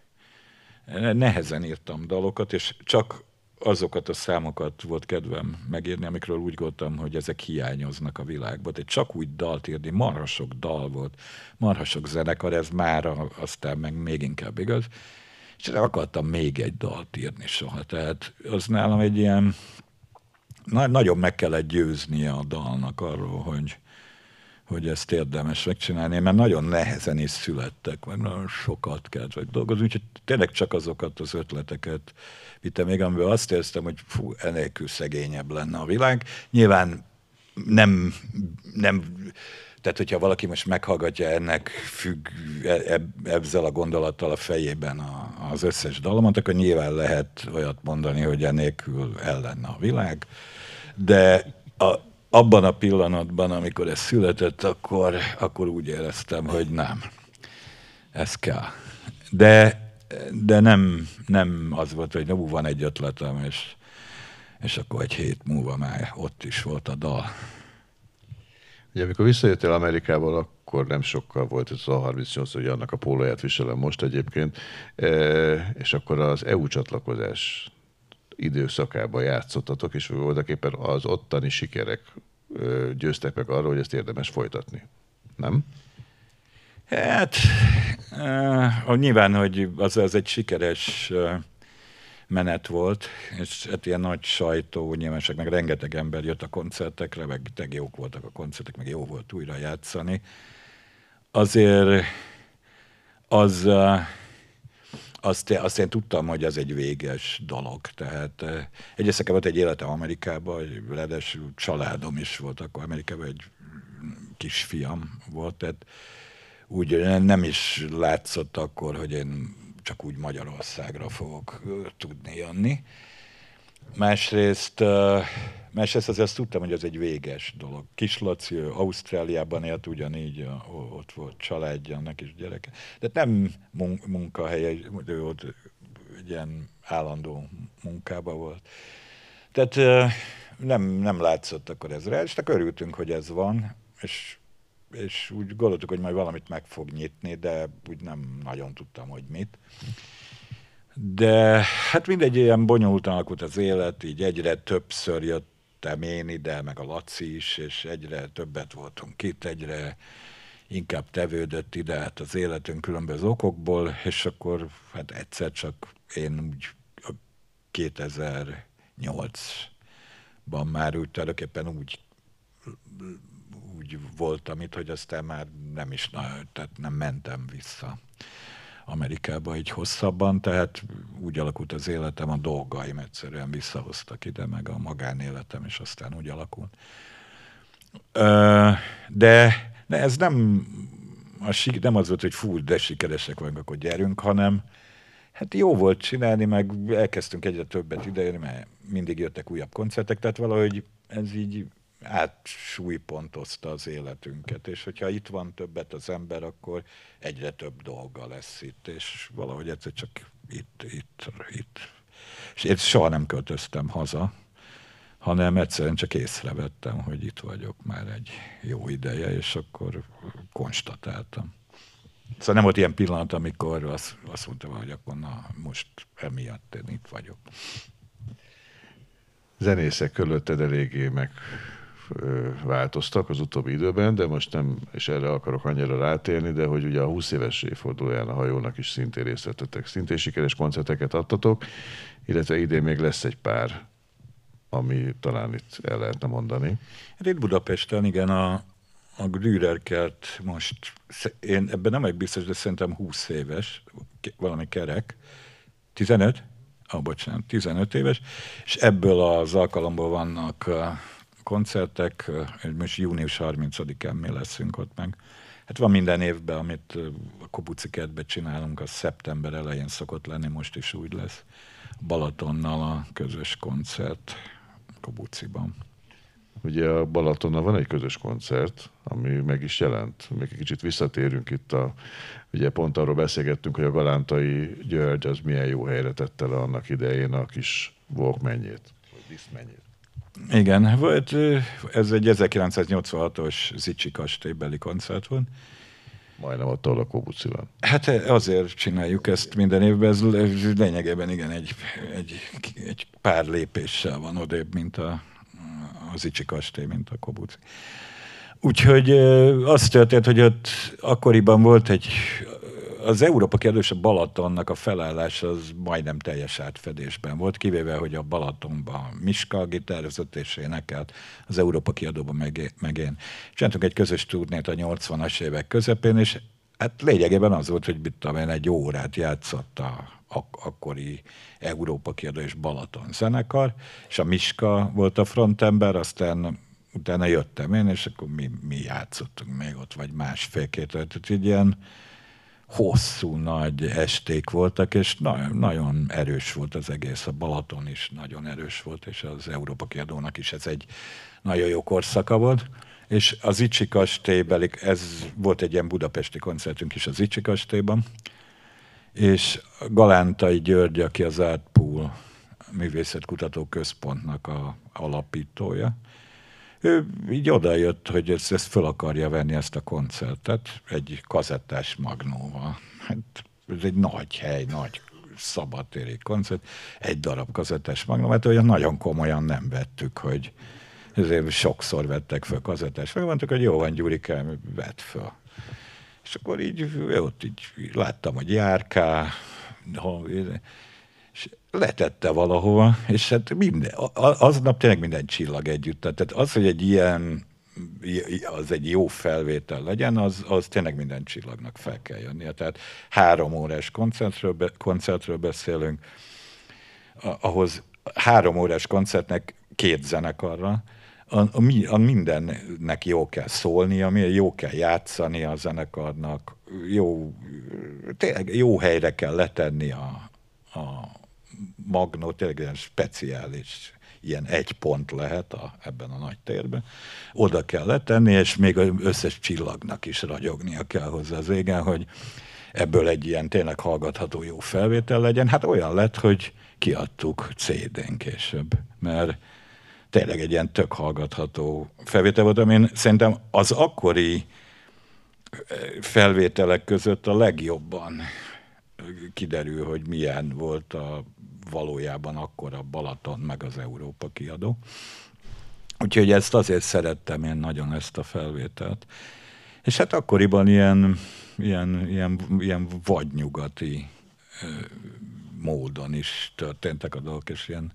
Speaker 3: Nehezen írtam dalokat, és csak azokat a számokat volt kedvem megírni, amikről úgy gondoltam, hogy ezek hiányoznak a világban. De csak úgy dalt írni, marha sok dal volt, marha sok zenekar, ez már aztán meg még inkább igaz. És nem akartam még egy dalt írni soha. Tehát az nálam egy ilyen... Na, nagyon meg kellett győznie a dalnak arról, hogy, hogy ezt érdemes megcsinálni, mert nagyon nehezen is születtek, mert nagyon sokat kellett vagy dolgozni, úgyhogy tényleg csak azokat az ötleteket vittem még, amiben azt éreztem, hogy fú, enélkül szegényebb lenne a világ. Nyilván nem, nem tehát hogyha valaki most meghallgatja ennek függ ezzel a gondolattal a fejében a, az összes dalomat, akkor nyilván lehet olyat mondani, hogy enélkül el lenne a világ, de a, abban a pillanatban, amikor ez született, akkor, akkor úgy éreztem, hogy nem, ez kell. De, de nem, nem az volt, hogy no, van egy ötletem, és, és akkor egy hét múlva már ott is volt a dal.
Speaker 2: Ugye, amikor visszajöttél Amerikából, akkor nem sokkal volt ez a harmincnyolc, hogy annak a pólóját viselem most egyébként, és akkor az é u csatlakozás időszakában játszottatok, és voltak éppen az ottani sikerek győztek meg arra, hogy ezt érdemes folytatni. Nem?
Speaker 3: Hát, uh, nyilván, hogy az, az egy sikeres uh, menet volt, és hát ilyen nagy sajtó, nyilvánság, meg rengeteg ember jött a koncertekre, meg teg jók voltak a koncertek, meg jó volt újra játszani. Azért az... Uh, Azt, azt én tudtam, hogy az egy véges dolog. Tehát egyrészt volt egy életem Amerikában, ráadásul családom is volt akkor Amerikában, egy kisfiam volt, tehát úgy nem is látszott akkor, hogy én csak úgy Magyarországra fogok tudni jönni. Másrészt, másrészt azért azt tudtam, hogy ez egy véges dolog. Kis Laci Ausztráliában élt ugyanígy, ott volt családja, annak is gyereke. De nem munkahelye, ő ott egy ilyen állandó munkában volt. Tehát nem, nem látszott akkor ez rá, és akkor örültünk, hogy ez van, és, és úgy gondoltuk, hogy majd valamit meg fog nyitni, de úgy nem nagyon tudtam, hogy mit. De hát mindegy, ilyen bonyolultan alakult az élet, így egyre többször jöttem én ide, meg a Laci is, és egyre többet voltunk itt, egyre inkább tevődött ide hát az életünk különböző okokból, és akkor hát egyszer csak én úgy kétezer-nyolcban már úgy tulajdonképpen úgy, úgy voltam itt, hogy aztán már nem is, tehát nem mentem vissza Amerikába így hosszabban, tehát úgy alakult az életem, a dolgaim egyszerűen visszahoztak ide, meg a magánéletem, és aztán úgy alakult. De, de ez nem, a, nem az volt, hogy fú, de sikeresek vagyunk, akkor gyerünk, hanem hát jó volt csinálni, meg elkezdtünk egyre többet idejönni, mert mindig jöttek újabb koncertek, tehát valahogy ez így átsúlypontozta az életünket, és hogyha itt van többet az ember, akkor egyre több dolga lesz itt, és valahogy egyszer csak itt, itt, itt. És én soha nem költöztem haza, hanem egyszerűen csak észrevettem, hogy itt vagyok már egy jó ideje, és akkor konstatáltam. Szóval nem volt ilyen pillanat, amikor azt, azt mondtam, hogy akkor na, most emiatt én itt vagyok.
Speaker 2: Zenészek körülötted eléggé meg változtak az utóbbi időben, de most nem, és erre akarok annyira rátérni, de hogy ugye a húsz éves évfordulóján a hajónak is szintén részt vettetek, szintén sikeres koncerteket adtatok, illetve idén még lesz egy pár, ami talán itt el lehetne mondani.
Speaker 3: Hát itt Budapesten, igen, a, a Grürerkert most, én ebben nem vagyok biztos, de szerintem húsz éves, valami kerek, tizenöt? Ah, bocsánat, tizenöt éves, és ebből az alkalomból vannak koncertek, most június harmincadikán mi leszünk ott meg. Hát van minden évben, amit a Kobuci kertben csinálunk, az szeptember elején szokott lenni, most is úgy lesz. Balatonnal a közös koncert Kobuciban.
Speaker 2: Ugye a Balatonnal van egy közös koncert, ami meg is jelent. Még egy kicsit visszatérünk itt, a, ugye pont arról beszélgettünk, hogy a Galántai György az milyen jó helyre tette le annak idején a kis Walkmanjét, vagy diszmenjét.
Speaker 3: Igen, volt, ez egy ezerkilencszáznyolcvanhatos Zichy kastélybeli koncert volt.
Speaker 2: Majdnem ott, ahol a Kobuci van.
Speaker 3: Hát azért csináljuk ezt minden évben, ez lényegében igen, egy, egy, egy pár lépéssel van odébb, mint a, a Zichy kastély, mint a Kobuci. Úgyhogy az történt, hogy ott akkoriban volt egy, az Európa Kiadós a Balatonnak a felállás az majdnem teljes átfedésben volt, kivéve, hogy a Balatonban Miska gitározott és énekelt, az Európa Kiadóban meg, meg én. Csináltunk egy közös turnét a nyolcvanas évek közepén, és hát lényegében az volt, hogy mit tudom én, egy órát játszott a ak- akkori Európa Kiadó és Balaton zenekar, és a Miska volt a frontember, aztán utána jöttem én, és akkor mi, mi játszottunk még ott, vagy másfél-két, tehát így ilyen hosszú, nagy esték voltak, és na- nagyon erős volt az egész. A Balaton is nagyon erős volt, és az Európa Kiadónak is ez egy nagyon jó korszaka volt. És az Zichy kastélyben, ez volt egy ilyen budapesti koncertünk is a Zichy kastélyban, és Galántai György, aki az Artpool Művészetkutató Központnak a alapítója, ő így odajött, hogy ezt, ezt föl akarja venni, ezt a koncertet, egy kazettás magnóval. Hát ez egy nagy hely, nagy szabadtéri koncert, egy darab kazettás magnó, mert olyan nagyon komolyan nem vettük, hogy ezért sokszor vettek föl kazettás magnó, mondtuk, hogy jó van, Gyurikám, vedd föl. És akkor így, ott így láttam, hogy járkál, és letette valahova, és hát minden, aznap tényleg minden csillag együtt. Tehát az, hogy egy ilyen, az egy jó felvétel legyen, az, az tényleg minden csillagnak fel kell jönnie. Tehát három órás koncertről, koncertről beszélünk, ahhoz három órás koncertnek két zenekarra, A, a, a mindennek jó kell szólnia, jó kell játszani a zenekarnak, jó, tényleg jó helyre kell letenni a, a magnó, tényleg ilyen speciális, ilyen egy pont lehet a, ebben a nagy térben. Oda kell letenni, és még az összes csillagnak is ragyognia kell hozzá az égen, hogy ebből egy ilyen tényleg hallgatható jó felvétel legyen. Hát olyan lett, hogy kiadtuk cé dén később, mert tényleg egy ilyen tök hallgatható felvétel volt, amin szerintem az akkori felvételek között a legjobban kiderül, hogy milyen volt a valójában akkor a Balaton meg az Európa Kiadó. Úgyhogy ezt azért szerettem én nagyon, ezt a felvételt. És hát akkoriban ilyen, ilyen, ilyen, ilyen vadnyugati módon is történtek a dolgok, és ilyen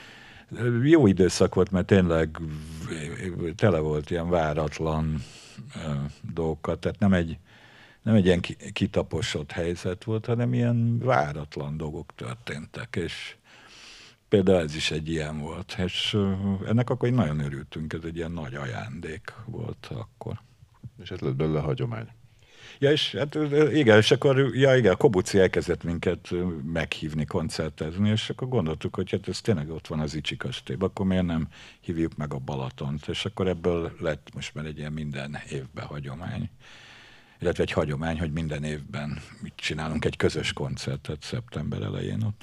Speaker 3: jó időszak volt, mert tényleg tele volt ilyen váratlan dolgokat, tehát nem egy, nem egy ilyen kitaposott helyzet volt, hanem ilyen váratlan dolgok történtek, és például ez is egy ilyen volt, és ennek akkor nagyon örültünk, ez egy ilyen nagy ajándék volt akkor.
Speaker 2: És ez lett belőle hagyomány.
Speaker 3: Ja, és hát igen, és akkor, ja igen, a Kobuci elkezdett minket meghívni, koncertezni, és akkor gondoltuk, hogy hát ez tényleg ott van az Zichy kastélyban, akkor miért nem hívjuk meg a Balatont, és akkor ebből lett most már egy ilyen minden évben hagyomány. Illetve egy hagyomány, hogy minden évben mit csinálunk egy közös koncertet szeptember elején ott.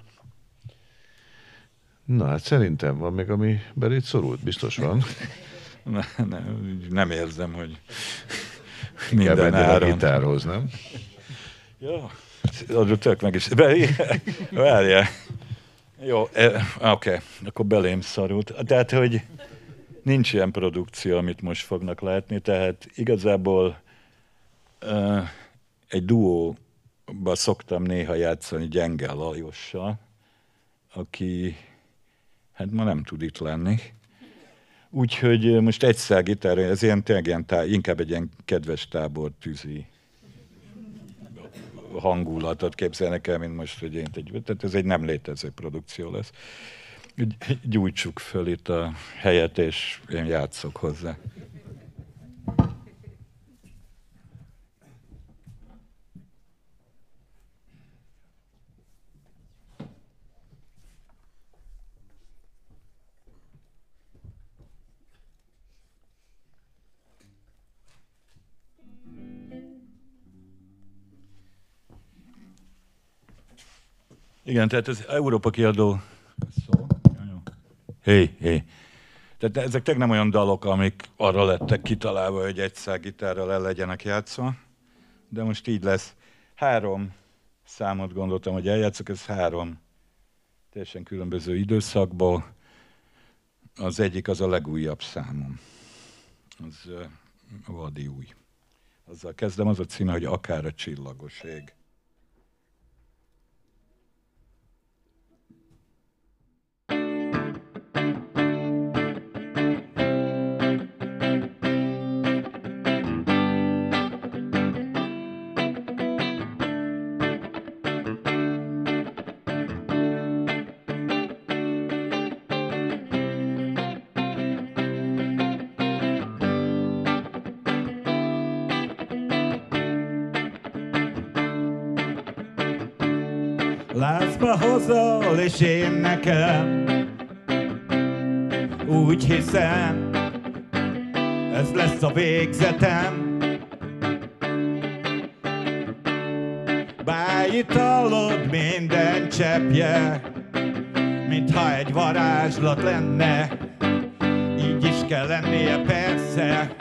Speaker 2: Na hát szerintem van még, ami belét szorult, biztos van.
Speaker 3: ne, ne, nem érzem, hogy
Speaker 2: minden áron. A gitárhoz, nem?
Speaker 3: Jó, az tök meg is. Várjál. Jó, eh, oké, okay. Akkor belém szorult. Tehát, hogy nincs ilyen produkció, amit most fognak látni, tehát igazából uh, egy duóba szoktam néha játszani Gyenge Lajossal, aki hát ma nem tud itt lenni. Úgyhogy most egyszer gitár, ez ilyen, ilyen tá, inkább egy ilyen kedves tábortűzi hangulatot képzelnek el, mint most, hogy én egy, tehát ez egy nem létező produkció lesz. Gyújtsuk föl itt a helyet, és én játszok hozzá. Igen, tehát az Európa kiadó... Hé, hé. Tehát ezek tényleg nem olyan dalok, amik arra lettek kitalálva, hogy egy szál gitárral el legyenek játszva, de most így lesz. Három számot gondoltam, hogy eljátszok, ez három teljesen különböző időszakból. Az egyik az a legújabb számom. Az uh, vadi új. Azzal kezdem, az a címe, hogy Akár a csillagos ég.
Speaker 4: Lázba hozol, és én nekem úgy hiszem, ez lesz a végzetem. Bájitalod minden cseppje, mintha egy varázslat lenne, így is kell lennie persze.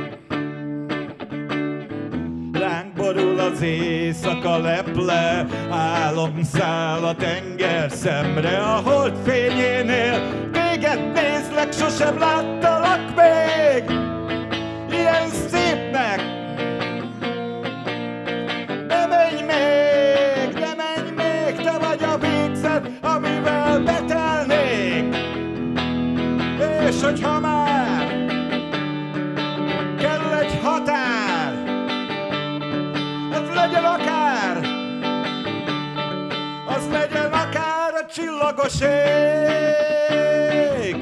Speaker 4: Borul az éjszaka leple, álom száll a tenger szemre, a hold fényénél téged nézlek, sosem láttalak még ilyen szépnek. Ne menj még, ne menj még, te vagy a végzet, amivel betelnék. És hogyha már kell egy határ, legyen akár, az legyen akár a csillagos ég.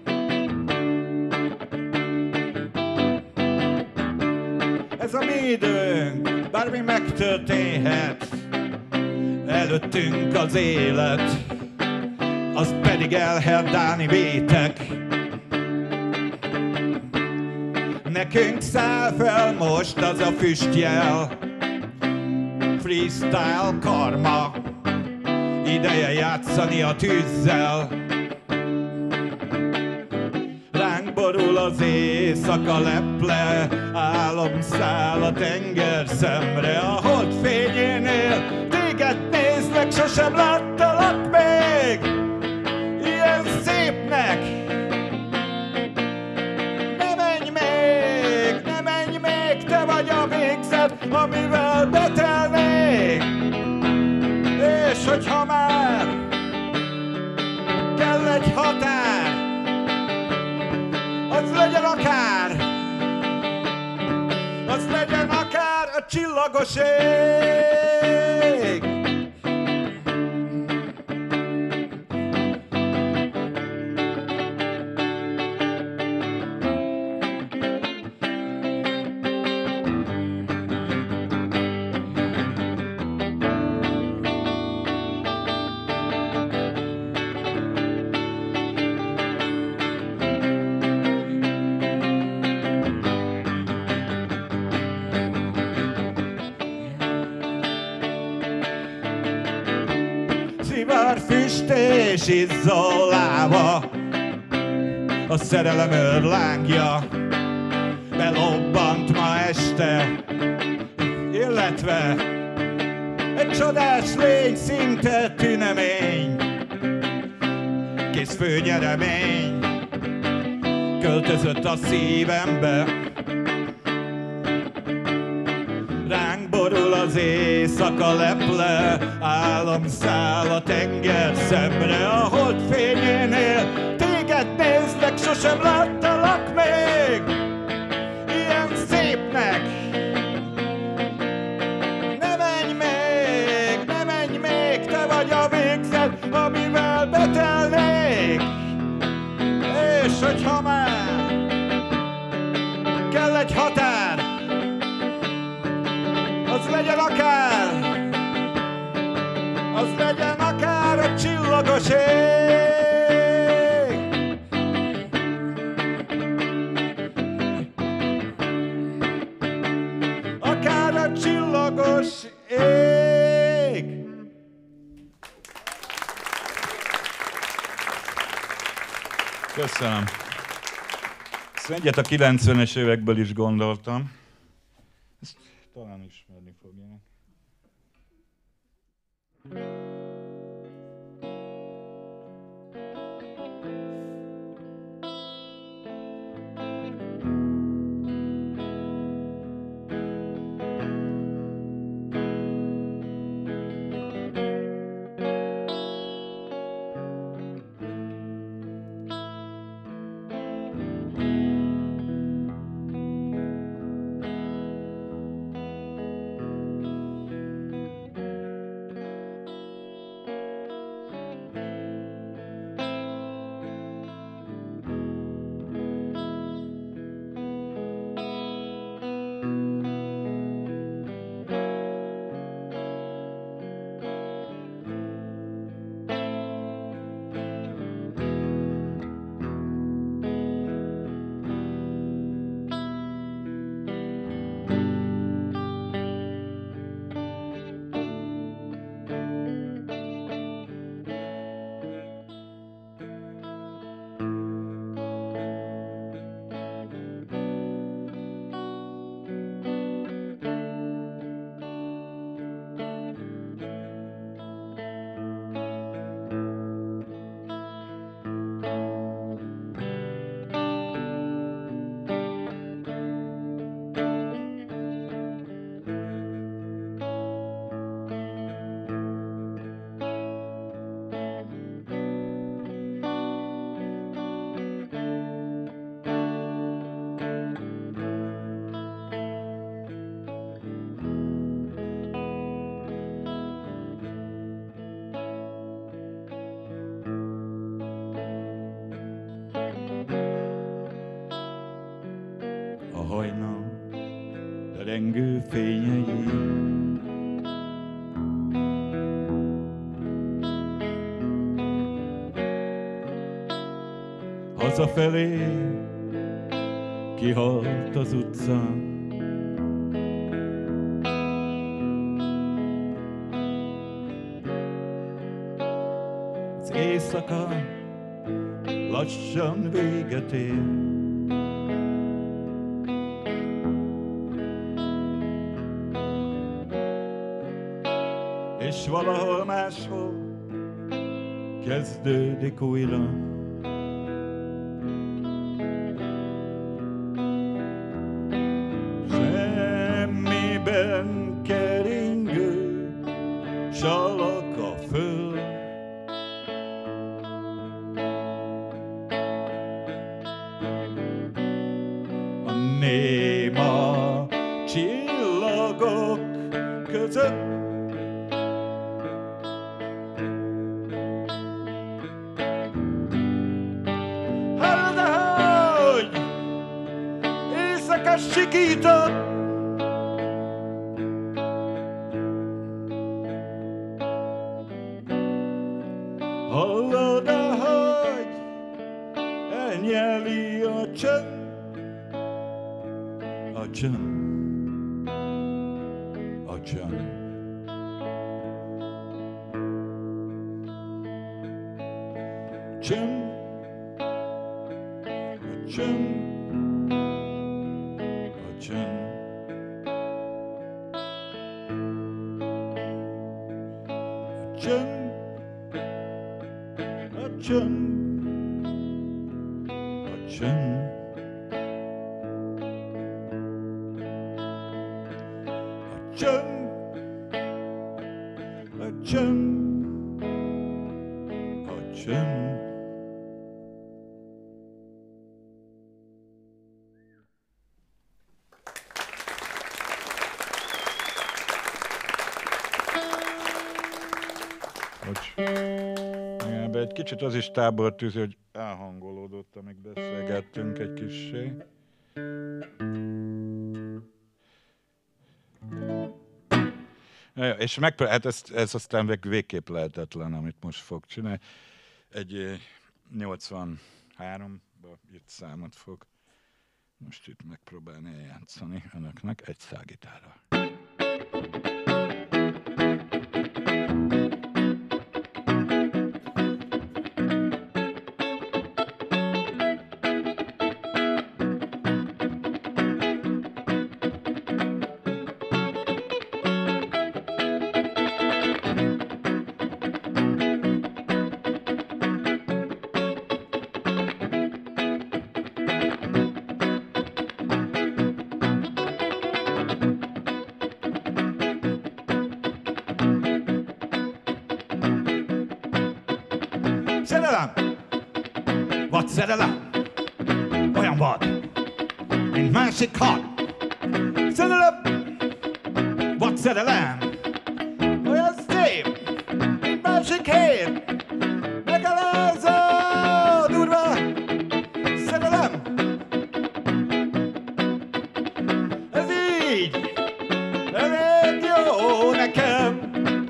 Speaker 4: Ez a mi időnk, bármi megtörténhet, előttünk az élet, az pedig elherdálni vétek. Nekünk száll fel most az a füstjel, freestyle karma, ideje játszani a tűzzel. Ránk borul az éjszaka leple, álom száll a tenger szemre, a hold fényénél téged nézlek, sosem láttalak még ilyen szépnek. Ne menj még, ne menj még, te vagy a végzet, amivel betelnék. És hogyha már kell egy határ, az legyen akár, az legyen akár a csillagos ég. Füst és izzó láva, a szerelem őrlángja belobbant ma este, illetve egy csodás lény, szinte tünemény, kész főnyeremény, költözött a szívembe. Ránk borul az éjszaka leple, álom száll a tenger szemre. A hold fényénél téged nézlek, sosem láttalak még ilyen szépnek. Ne menj még, ne menj még, te vagy a végzet, amivel betelnék. És hogyha már kell egy határ, az legyen akár, az legyen akár a csillagos ég. Akár a csillagos ég.
Speaker 3: Köszönöm. Ezt egyet a kilencvenes évekből is gondoltam. Ezt talán ismerni fogják.
Speaker 4: Hajnal rengő fényei, hazafelé kihalt az utcán. Az éjszaka lassan véget ér, és valahol máshol kezdődik újra. Semmiben keringő salak a föld, a néma csillagok között. Sikított, hallod, ahogy elnyeli a csönd, a csönd, a csönd. Csönd, a csönd. Csönd, a csönd, a csönd. csönd, a csönd, a csönd.
Speaker 3: Igen, egy kicsit az is tábortűz, hogy elhangolódott, amíg beszélgettünk egy kissé. Ja, és megpróbál, hát ez, ez aztán végképp lehetetlen, amit most fog csinálni. Egy nyolcvanháromba írt számot fog most itt megpróbálni eljátszani önöknek egy szágitárral.
Speaker 4: Szerelem! Vad szerelem? Olyan vad, mint másik had. Szerelem! Vad szerelem? Olyan szép, mint másik hét. Megalázó, durva szerelem! Ez így, elég jó nekem.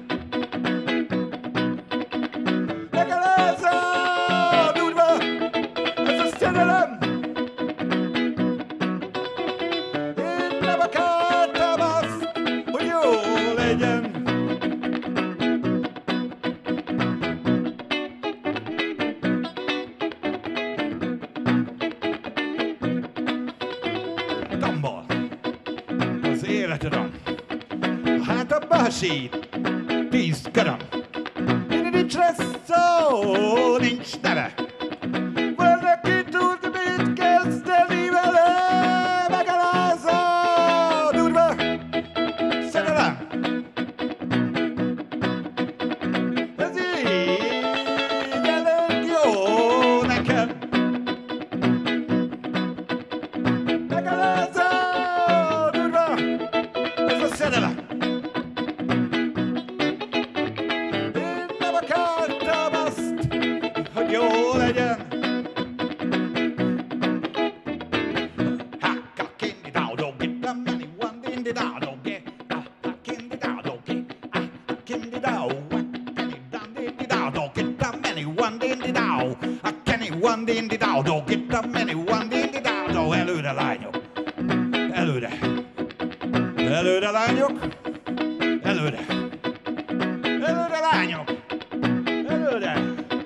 Speaker 4: Basít, tíz garam. Nincs lesz szó, nincs neve. Valaki tud, mit kezdeni vele. Megalázó, durva szerelem. Ez így elég jó nekem. Megalázó, durva, ez a szerelem. Jó legyen. Előre lányok, előre, előre lányok, előre, előre lányok, előre.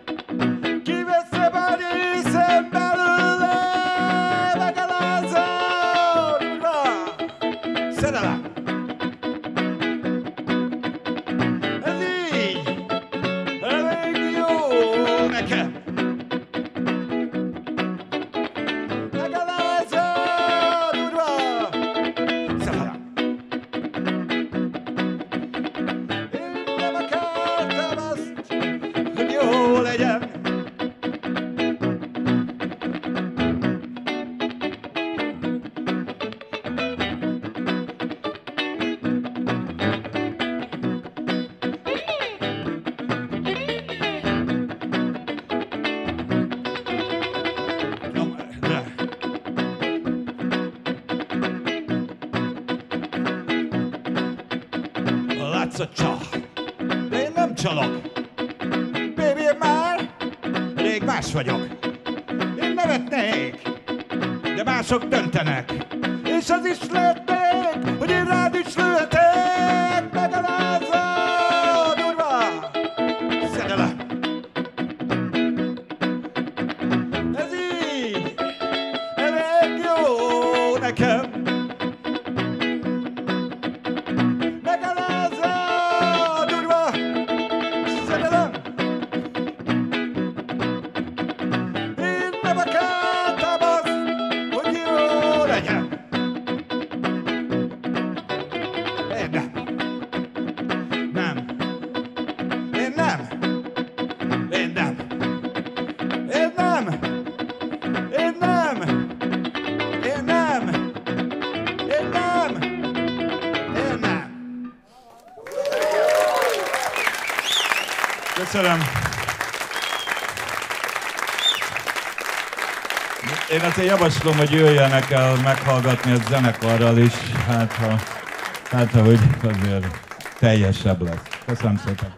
Speaker 4: A csal, de én nem csalok. Baby, én már rég más vagyok. Én nevetnék, de mások döntenek. És az is lehetnék, hogy én rád is lőhetek. Megalázó, durva szerelem. Ez így elég jó nekem. Yeah. nem. Én nem. Én nem. Én nem. Én nem. Én nem. Én nem. Köszönöm. Én azért javaslom, hogy jöjjenek el meghallgatni a zenekarral is, hát ha, hát ha hogy azért teljesebb lesz. Köszönöm szépen.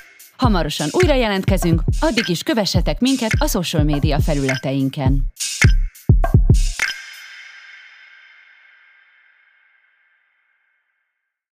Speaker 1: Hamarosan újra jelentkezünk, addig is kövessetek minket a social média felületeinken.